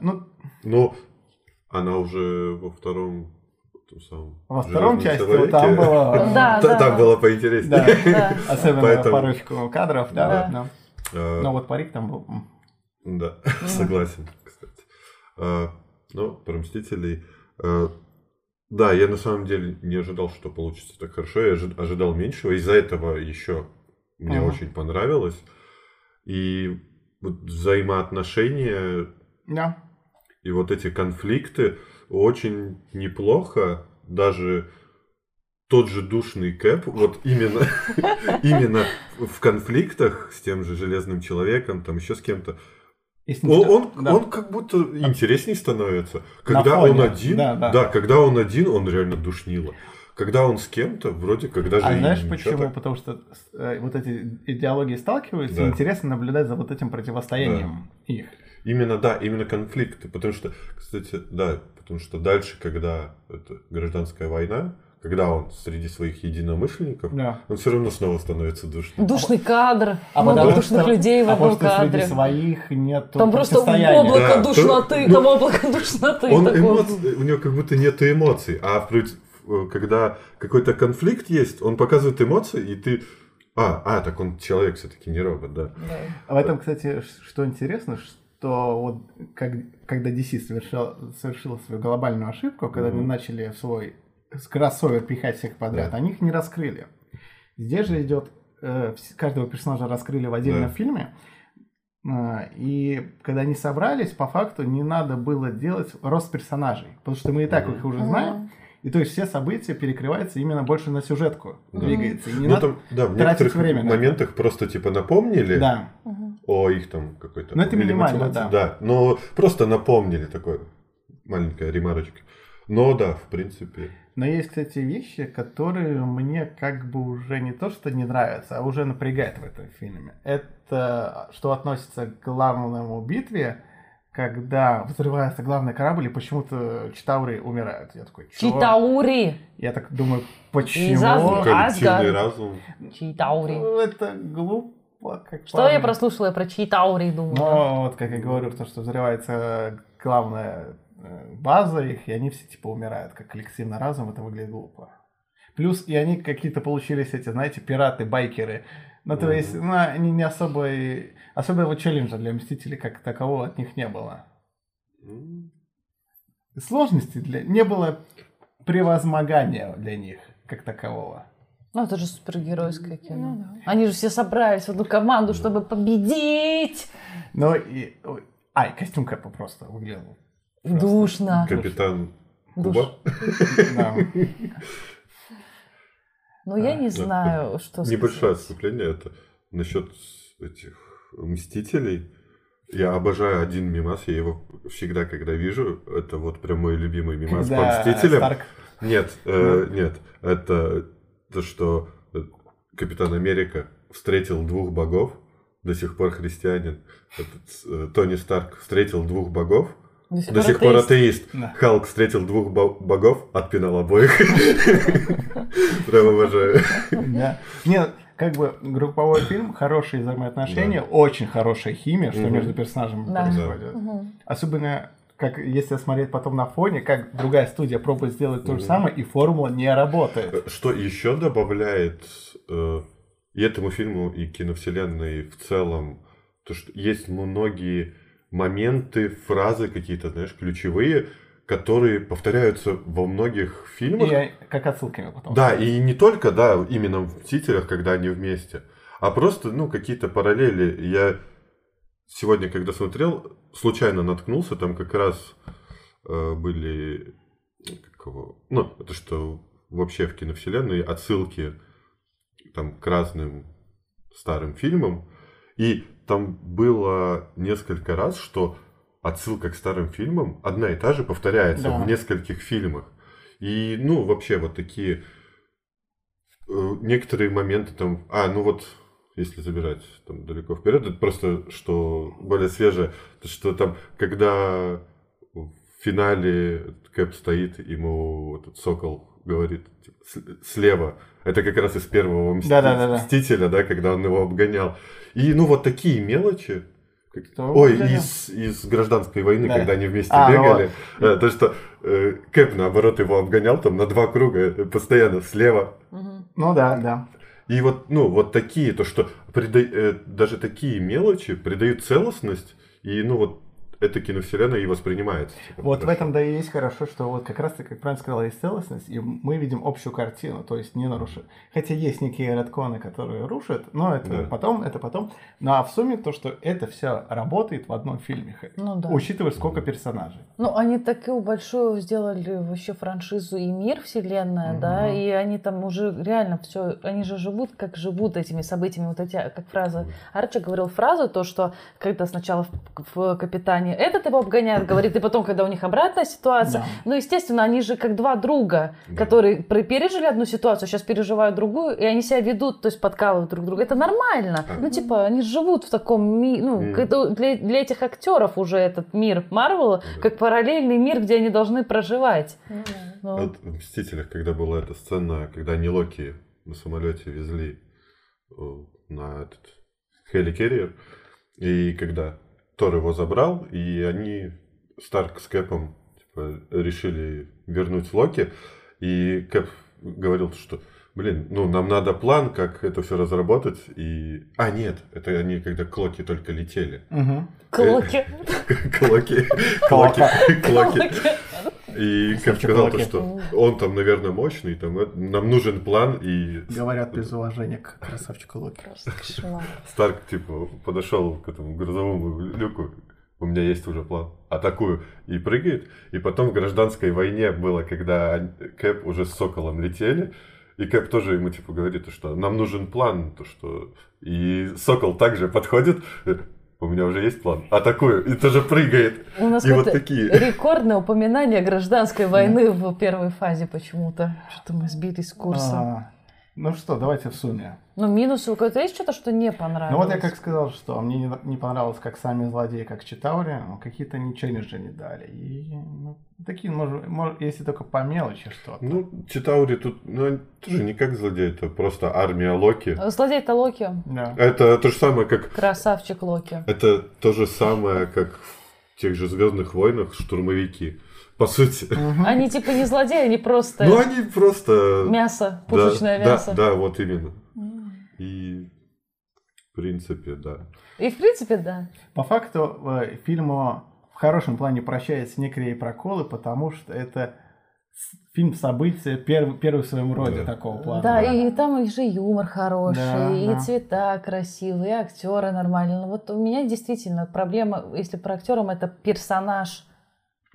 она уже во втором... Во втором части там было... Там было поинтереснее. Особенно парочку кадров. Но вот парик там был... Да, согласен, кстати. Про Мстителей... Да, я на самом деле не ожидал, что получится так хорошо. Я ожидал меньшего. Из-за этого еще мне очень понравилось. И взаимоотношения и вот эти конфликты очень неплохо. Даже тот же душный Кэп, вот именно в конфликтах с тем же Железным Человеком, там еще с кем-то, он как будто интересней становится. Когда он один, когда он один, он реально душнило. Когда он с кем-то, вроде как даже и знаешь почему? Так. Потому что вот эти идеологии сталкиваются, и интересно наблюдать за вот этим противостоянием их. Именно конфликты. Потому что, кстати, потому что дальше, когда это гражданская война, когда он среди своих единомышленников, он все равно снова становится душным. Душный кадр, много душных людей в одном кадре. Среди своих нет там просто облако душноты, там облако душноты. У него как будто нет эмоций, а когда какой-то конфликт есть, он показывает эмоции, и ты... так он человек все-таки, не робот, да. А в этом, кстати, что интересно, что вот когда DC совершила свою глобальную ошибку, когда они начали в свой кроссовер пихать всех подряд, они их не раскрыли. Здесь же идет... Каждого персонажа раскрыли в отдельном фильме, и когда они собрались, по факту не надо было делать рост персонажей, потому что мы и так их уже знаем. И то есть все события перекрываются именно больше на сюжетку, двигается. И не надо в некоторых моментах просто типа напомнили о их там какой-то... Ну это минимально, да. Да, но просто напомнили, такое маленькая ремарочка. Но да, в принципе... Но есть, кстати, вещи, которые мне как бы уже не то что не нравятся, а уже напрягают в этом фильме. Это что относится к главному битве, когда взрывается главный корабль, и почему-то Читаури умирают. Я такой, чё? Читаури! Я так думаю, почему? Коллективный разум. Читаури. Это глупо. Что я прослушала про Читаури, думаю. Ну, вот как я говорю, то, что взрывается главная база их, и они все типа умирают, как коллективный разум, это выглядит глупо. Плюс и они какие-то получились эти, знаете, пираты, байкеры. Ну, то есть, они не особого челленджа для Мстителей как такового от них не было. Сложности не было превозмогания для них как такового. Ну, это же супергеройское кино. Они же все собрались в одну команду, чтобы победить. Ну, и костюм Кэпа просто выглядел Душно. Капитан Душ. Куба. Да. Ну, я не знаю, что сказать. Небольшое отступление, это насчет этих Мстителей. Я обожаю один мимас, я его всегда, когда вижу, это вот прям мой любимый мимас по Мстителям. Старк. Нет, это то, что Капитан Америка встретил 2 богов, до сих пор христианин. Тони Старк встретил 2 богов, до сих пор атеист. Да. Халк встретил 2 богов, отпинал обоих. Прям обожаю. Да. Нет, как бы групповой фильм, хорошие взаимоотношения, очень хорошая химия, что между персонажами происходит. Особенно, как если смотреть потом на фоне, как другая студия пробует сделать то же самое, и формула не работает. Что еще добавляет и этому фильму, и киновселенной в целом, то, что есть многие моменты, фразы какие-то, знаешь, ключевые, которые повторяются во многих фильмах. И как отсылками потом. Да, и не только, да, именно в «Мстителях», когда они вместе, а просто, какие-то параллели. Я сегодня, когда смотрел, случайно наткнулся, там как раз были, это что вообще в киновселенной отсылки там к разным старым фильмам, и там было несколько раз, что отсылка к старым фильмам одна и та же повторяется в нескольких фильмах. И, вообще вот такие некоторые моменты там... если забирать там далеко вперед, это просто, что более свежее, то, что там, когда в финале Кэп стоит, ему этот Сокол говорит типа, слева, это как раз из первого Мстителя, да, когда он его обгонял. И, вот такие мелочи. Из «Гражданской войны», когда они вместе бегали. То, что Кэп, наоборот, его обгонял там на 2 круга, постоянно слева. Ну да. И вот такие, то, что даже такие мелочи придают целостность, и, эта киновселенная и воспринимается. Вот в этом, да, и есть хорошо, что вот как раз ты, как правильно сказала, есть целостность, и мы видим общую картину, то есть не нарушит. Хотя есть некие редконы, которые рушат, но это потом. Ну а в сумме то, что это все работает в одном фильме, учитывая, сколько персонажей. Они такую большую сделали вообще франшизу и мир, вселенная, да, и они там уже реально все, они же живут, как живут этими событиями, вот эти, как фраза. Арчи говорил фразу, то, что когда сначала в «Капитане» этот его обгоняет, говорит, и потом, когда у них обратная ситуация, естественно, они же как 2 друга, которые пережили одну ситуацию, сейчас переживают другую, и они себя ведут, то есть подкалывают друг друга. Это нормально. Они живут в таком мире, для этих актеров уже этот мир Марвел, как параллельный мир, где они должны проживать. Вот в «Мстителях», когда была эта сцена, когда они Локи на самолете везли на этот хеликерриер, и когда Тор его забрал, и они, Старк с Кэпом, решили вернуть Локи, и Кэп говорил, что, нам надо план, как это все разработать, и... нет, это они когда к Локи только летели. Клоки. Клоки. И Кэп сказал, что он там, наверное, мощный, там, нам нужен план, и... Говорят без уважения к красавчику Локи. Старк, подошел к этому грузовому люку, у меня есть уже план, атакую, и прыгает. И потом в «Гражданской войне» было, когда Кэп уже с Соколом летели, и Кэп тоже ему, говорит, что нам нужен план, то что... И Сокол также подходит, у меня уже есть план. Атакую. И тоже прыгает. У нас и вот такие. Рекордное упоминание гражданской войны в первой фазе почему-то. Что-то мы сбились с курса. Ну что, давайте в сумме. Минус у кого-то есть что-то, что не понравилось? Ну вот я как сказал, что мне не понравилось, как сами злодеи, как Читаури, но какие-то они челленджи не дали. И такие, может, если только по мелочи что-то. Читаури тут, тоже не как злодей, это просто армия Локи. Злодей-то Локи. Да. Это то же самое, как... Красавчик Локи. Это то же самое, как в тех же «Звездных войнах» штурмовики. По сути. Они не злодеи, они просто... они просто... Мясо, пушечное мясо. Да, вот именно. И в принципе, да. По факту фильму в хорошем плане прощается некие проколы, потому что это фильм события первый в своем роде такого плана. Да, и там же юмор хороший, и цвета красивые, и актеры нормальные. Вот у меня действительно проблема, если про актеров, это персонаж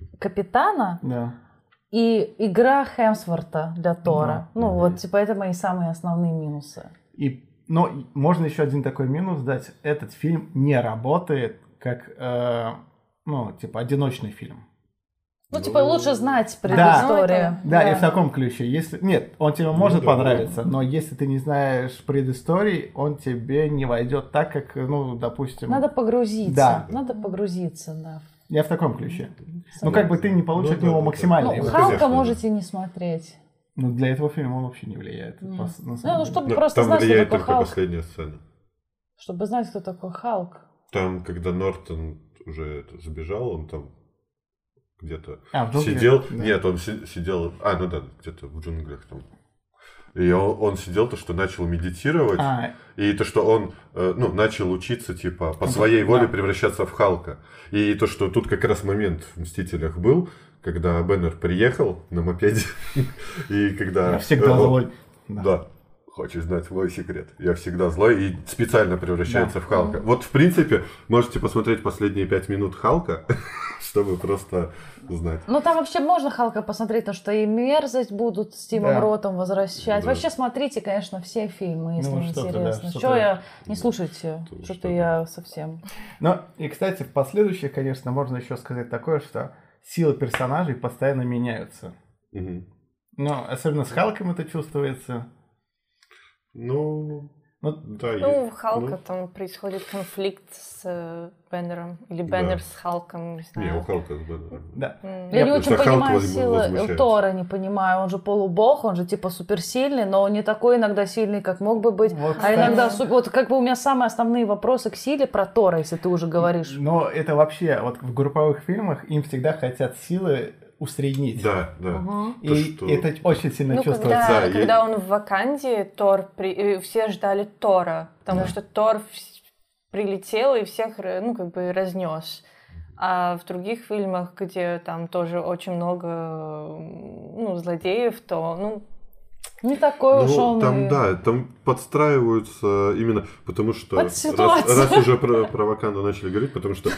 Капитана Да. и игра Хемсворта для Тора. Да. Ну, вот, типа, это мои самые основные минусы. Но можно еще один такой минус дать. Этот фильм не работает как, одиночный фильм. Ну, типа, лучше знать предысторию. Да, и в таком ключе. Нет, он тебе может понравиться, но если ты не знаешь предыстории, он тебе не войдет так, как, допустим... Надо погрузиться. Да. Надо погрузиться, да. Я в таком ключе. Ты не получишь от него максимально. Ну, Халка можете не смотреть. Для этого фильма он вообще не влияет. Чтобы просто знать, там влияет кто такой только Халк. последняя сцена. Чтобы знать, кто такой Халк. Там, когда Нортон уже сбежал, он там где-то в джунглях? сидел. Да. Нет, он сидел. Где-то в джунглях там. И он сидел, что начал медитировать. И то, что он начал учиться, типа, по своей воле превращаться в Халка. И то, что тут как раз момент в «Мстителях» был, когда Бэннер приехал на мопеде. И когда... Я всегда злой. Да. Хочешь знать мой секрет? Я всегда злой и специально превращается в Халка. Вот, в принципе, можете посмотреть последние 5 минут Халка, чтобы просто знать. Ну, там вообще можно Халка посмотреть, потому что и «Мерзость» будут с Тимом Ротом возвращать. Да. Вообще смотрите, конечно, все фильмы, если интересно. Не слушайте, что-то я совсем... И, кстати, в последующих, конечно, можно еще сказать такое, что силы персонажей постоянно меняются. Особенно с Халком это чувствуется. В Халка там происходит конфликт с Бэннером. Или Бэннер с Халком, не знаю. Не, у Халка с Бэннером. Да. Я не очень понимаю силы Тора, не понимаю. Он же полубог, он же типа суперсильный, но он не такой иногда сильный, как мог бы быть. Иногда... Вот как бы у меня самые основные вопросы к силе про Тора, если ты уже говоришь. Но это вообще, в групповых фильмах им всегда хотят силы усреднить. Да. И это очень сильно чувствуется. Когда он в Ваканде, все ждали Тора, потому что Тор прилетел и всех разнес. А в других фильмах, где там тоже очень много злодеев, то не такой уж он. Там подстраиваются именно потому, что раз уже про Ваканду начали говорить, потому что...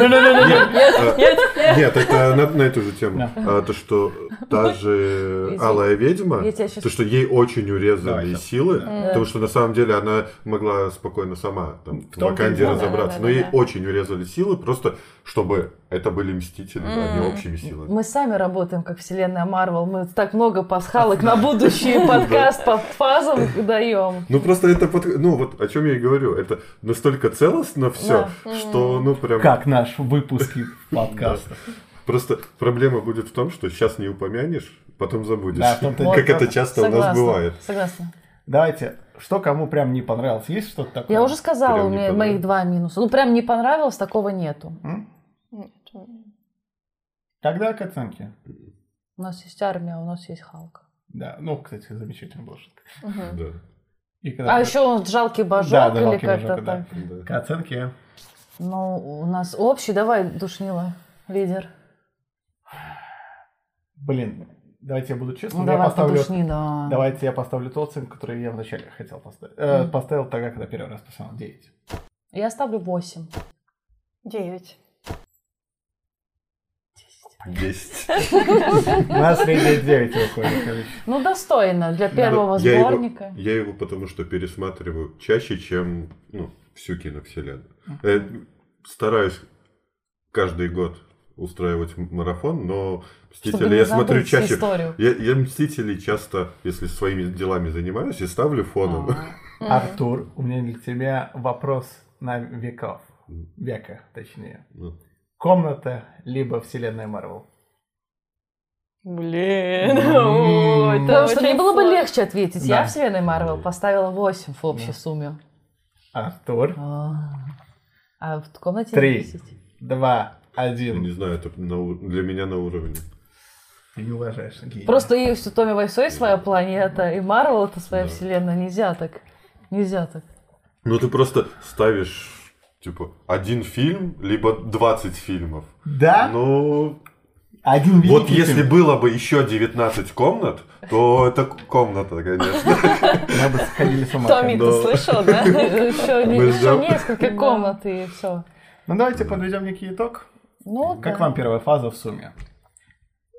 Нет, это на эту же тему. То, что та же Алая ведьма, то, что ей очень урезали силы, потому что на самом деле она могла спокойно сама в Ваканде разобраться, но ей очень урезали силы, просто чтобы это были Мстители, а не общими силами. Мы сами работаем как вселенная Марвел, мы так много пасхалок на будущий подкаст по фазам даем. Просто это, вот о чем я и говорю, это настолько целостно все, что прям... Как наш выпуск подкаста. Просто проблема будет в том, что сейчас не упомянешь, потом забудешь. Да, как это часто у нас бывает. Согласна. Давайте, что кому прям не понравилось? Есть что-то такое? Я уже сказала, у меня моих 2 минуса. Прям не понравилось, такого нету. Тогда к оценке. У нас есть армия, у нас есть Халк. Да, кстати, замечательная была шутка. А еще он жалкий божок или как-то так. К оценке. У нас общий, давай, Душнила, лидер. Давайте я буду честным. Душнила. Давайте я поставлю ту оценку, которую я вначале хотел поставить. Поставил тогда, когда первый раз посмотрел 9. Я ставлю 8. 9. 10. У нас средняя 9 выходит. Достойно для первого сборника. Я его потому что пересматриваю чаще, чем всю киновселенную. Стараюсь каждый год устраивать марафон, но Мстители я смотрю чаще. Я Мстителей часто, если своими делами занимаюсь, и ставлю фоном. Артур, у меня для тебя вопрос на века, точнее. Комната, либо вселенная Марвел? Потому что мне было бы легче ответить. Я вселенной Марвел поставила 8 в общей сумме. Артур? А в комнате 3, 2, 1. Не знаю, это для меня на уровне. Ты не уважаешь гения. Просто и у Томи Вайсой своя планета, и Марвел это своя вселенная. Нельзя так. Ты просто ставишь один фильм, либо 20 фильмов. Да? Один великий вот если было бы еще 19 комнат, то это комната, конечно. Мы бы сходили с ума. Томми, ты слышал, да? Еще несколько комнат и все. Давайте подведем некий итог. Как вам первая фаза в сумме?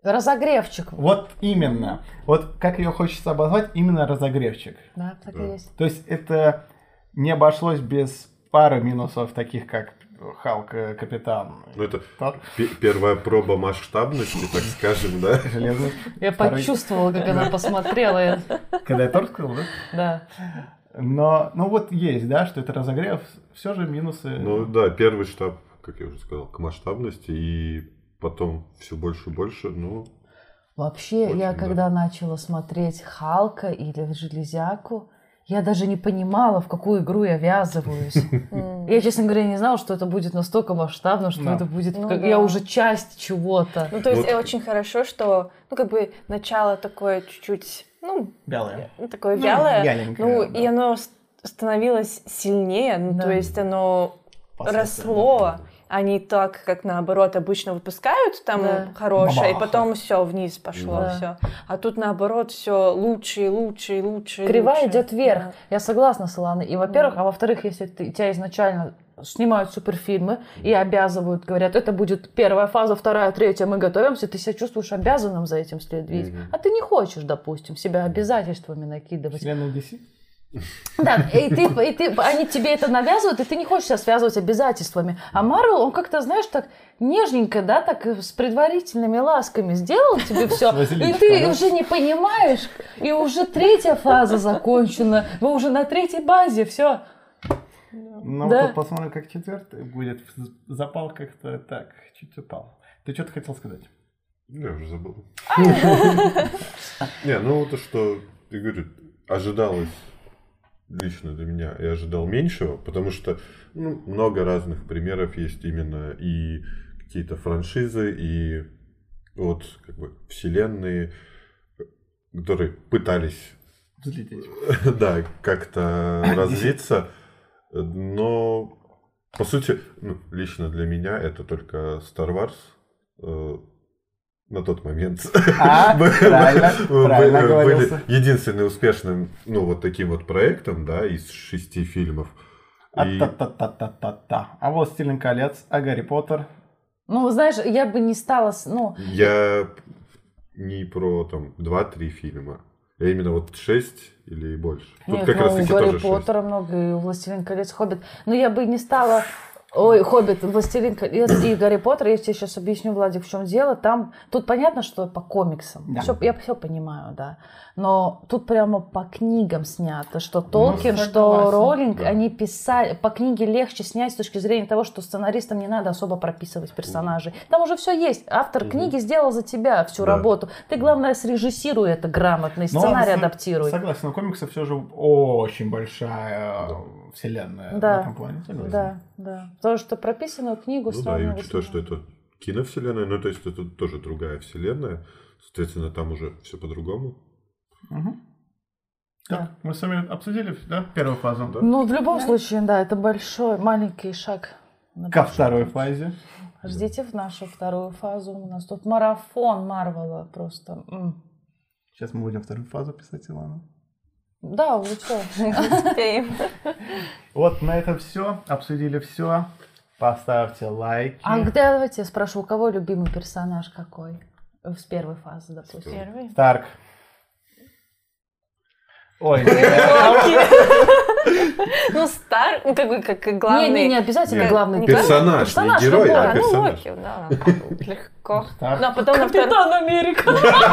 Разогревчик. Вот именно. Вот как ее хочется обозвать, именно разогревчик. Да, так и есть. То есть это не обошлось без пары минусов, таких как Халк, Капитан. Ну, это первая проба масштабности, так скажем, да? Железный. Я почувствовала, как она посмотрела. Когда я торт сказал, да? Да. Но, ну вот есть, да, что это разогрев, все же минусы. Ну да, первый штаб, как я уже сказал, к масштабности, и потом все больше и больше, ну... Вообще, очень, я когда начала смотреть Халка или Железяку, я даже не понимала, в какую игру я ввязываюсь. Я, честно говоря, не знала, что это будет настолько масштабно, что это будет... Я уже часть чего-то. Ну, то есть очень хорошо, что, ну, как бы начало такое чуть-чуть, ну... Вялое. Такое вялое. Вяленькое, Ну, да. и оно становилось сильнее, ну, Да. то есть оно Последствия, росло, а не так, как наоборот обычно выпускают там Да. хорошее, и Бабах. потом все вниз пошло, Да. все. А тут наоборот все лучше и лучше и лучше. и Кривая лучше. идет вверх. Да. Я согласна с Иланой. И, во-первых, а во-вторых, если тебя изначально снимают суперфильмы и обязывают, говорят, это будет первая фаза, вторая, третья, мы готовимся, ты себя чувствуешь обязанным за этим следить. А ты не хочешь, допустим, себя обязательствами накидывать. Вселенная DC? Да, и они тебе это навязывают, и ты не хочешь себя связывать обязательствами. А Марвел, он как-то, знаешь, так нежненько, да, так с предварительными ласками сделал тебе все, и ты уже не понимаешь, и уже третья фаза закончена, вы уже на третьей базе, все. Ну, Да. вот посмотрим, как четвертый будет. Запал как-то так, чуть упал. Ты что-то хотел сказать? Я уже забыл. Не, ну то, что ты говоришь, ожидалось лично для меня, я ожидал меньшего, потому что много разных примеров есть именно и какие-то франшизы, и вот как бы вселенные, которые пытались Взлететь. да, как-то развиться, но по сути, лично для меня это только Star Wars на тот момент Правильно были говорился. единственным успешным, вот таким вот проектом, да, из 6 фильмов. И- А «Властелин колец», а «Гарри Поттер». Ну, знаешь, я бы не стала, Я не про там 2-3 фильма, а именно вот 6 или больше. Тут Нет, как раз у таки Гарри тоже 6. Поттера много, и у «Властелин колец», «Хоббит». Но я бы не стала... Ой, «Хоббит», «Властелин колец» и «Гарри Поттер», я тебе сейчас объясню, Владик, в чем дело. Тут понятно, что по комиксам. Да. Я все понимаю, да. Но тут прямо по книгам снято, что Толкин, что согласен. Роллинг, Да. они писали... По книге легче снять с точки зрения того, что сценаристам не надо особо прописывать персонажей. Там уже все есть. Автор книги сделал за тебя всю Да. работу. Ты, главное, срежиссируй это грамотно, и Но сценарий ладно, адаптируй. Согласен, у комиксов все же очень большая вселенная Да. в этом плане. Согласен. Да. То, что прописанную книгу Ну да, и сравнивать учитывая, с- что это киновселенная, то есть это тоже другая вселенная, соответственно, там уже все по-другому. Мгм. Так, мы с вами обсудили, да, первую фазу? Да. Ну, в любом случае, да, это большой, маленький шаг. на Ко большой. второй фазе. Ждите в нашу вторую фазу. У нас тут марафон Марвела просто. Сейчас мы будем вторую фазу писать, Илона. Да, вы что? Успеем. Вот на этом все. Обсудили все. Поставьте лайки. А давайте я спрошу, у кого любимый персонаж какой? С первой фазы, допустим. Первый. Старк. Ой, Ну, Стар, ну, как бы, как главный... Не обязательно Нет, главный не Персонаж, не герой, любой. а Ну, персонаж. Локи, да. Легко. Старк. Ну, а потом на второй... Капитан Америка!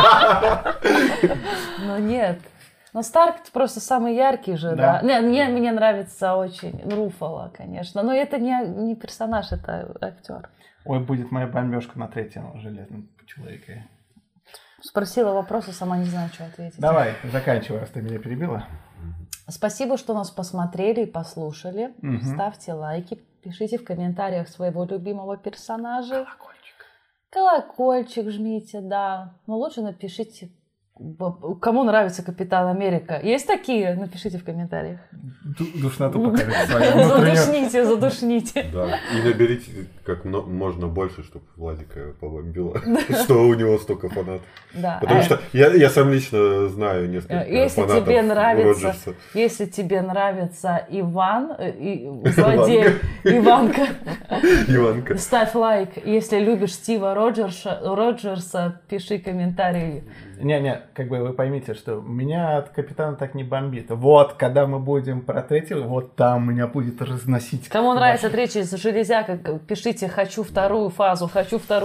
Ну нет. Но Старк просто самый яркий же, Да. да. Мне нравится очень Руфало, конечно. Но это не персонаж, это актер. Ой, будет моя бомбежка на третьем железном человеке. Спросила вопрос, а сама не знаю, что ответить. Давай, заканчивай, раз ты меня перебила. Спасибо, что нас посмотрели и послушали. Мгм. Ставьте лайки, пишите в комментариях своего любимого персонажа. Колокольчик жмите, да. Но лучше напишите, кому нравится Капитан Америка. Есть такие? Напишите в комментариях. Душноту покажите свою внутреннюю. Задушните. Да. И наберите как можно больше, чтобы Владика побомбило, что у него столько фанатов. Да. Потому что я сам лично знаю несколько фанатов Роджерса. Если тебе нравится Иван, злодей Иванка, ставь лайк. Если любишь Стива Роджерса, пиши комментарий. Не, как бы вы поймите, что меня от Капитана так не бомбит. Вот, когда мы будем про третьего, вот там меня будет разносить. Кому нравится третья железяка, пишите «хочу вторую фазу». А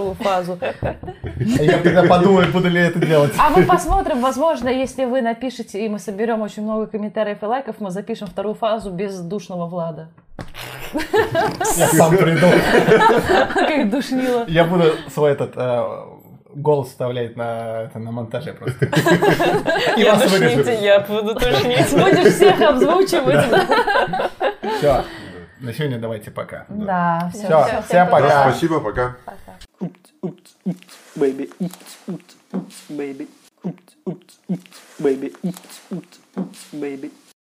я тогда подумаю, буду ли это делать. А мы посмотрим, возможно, если вы напишите, и мы соберем очень много комментариев и лайков, мы запишем вторую фазу без душного Влада. Я сам приду. Как душнило. Я буду свой голос вставлять на монтаже просто. И вас вырежу. Я буду тушнить. Будешь всех обзвучивать. Все. На сегодня давайте пока. Да, все. Всем пока. Спасибо, пока. Baby, baby, baby, baby.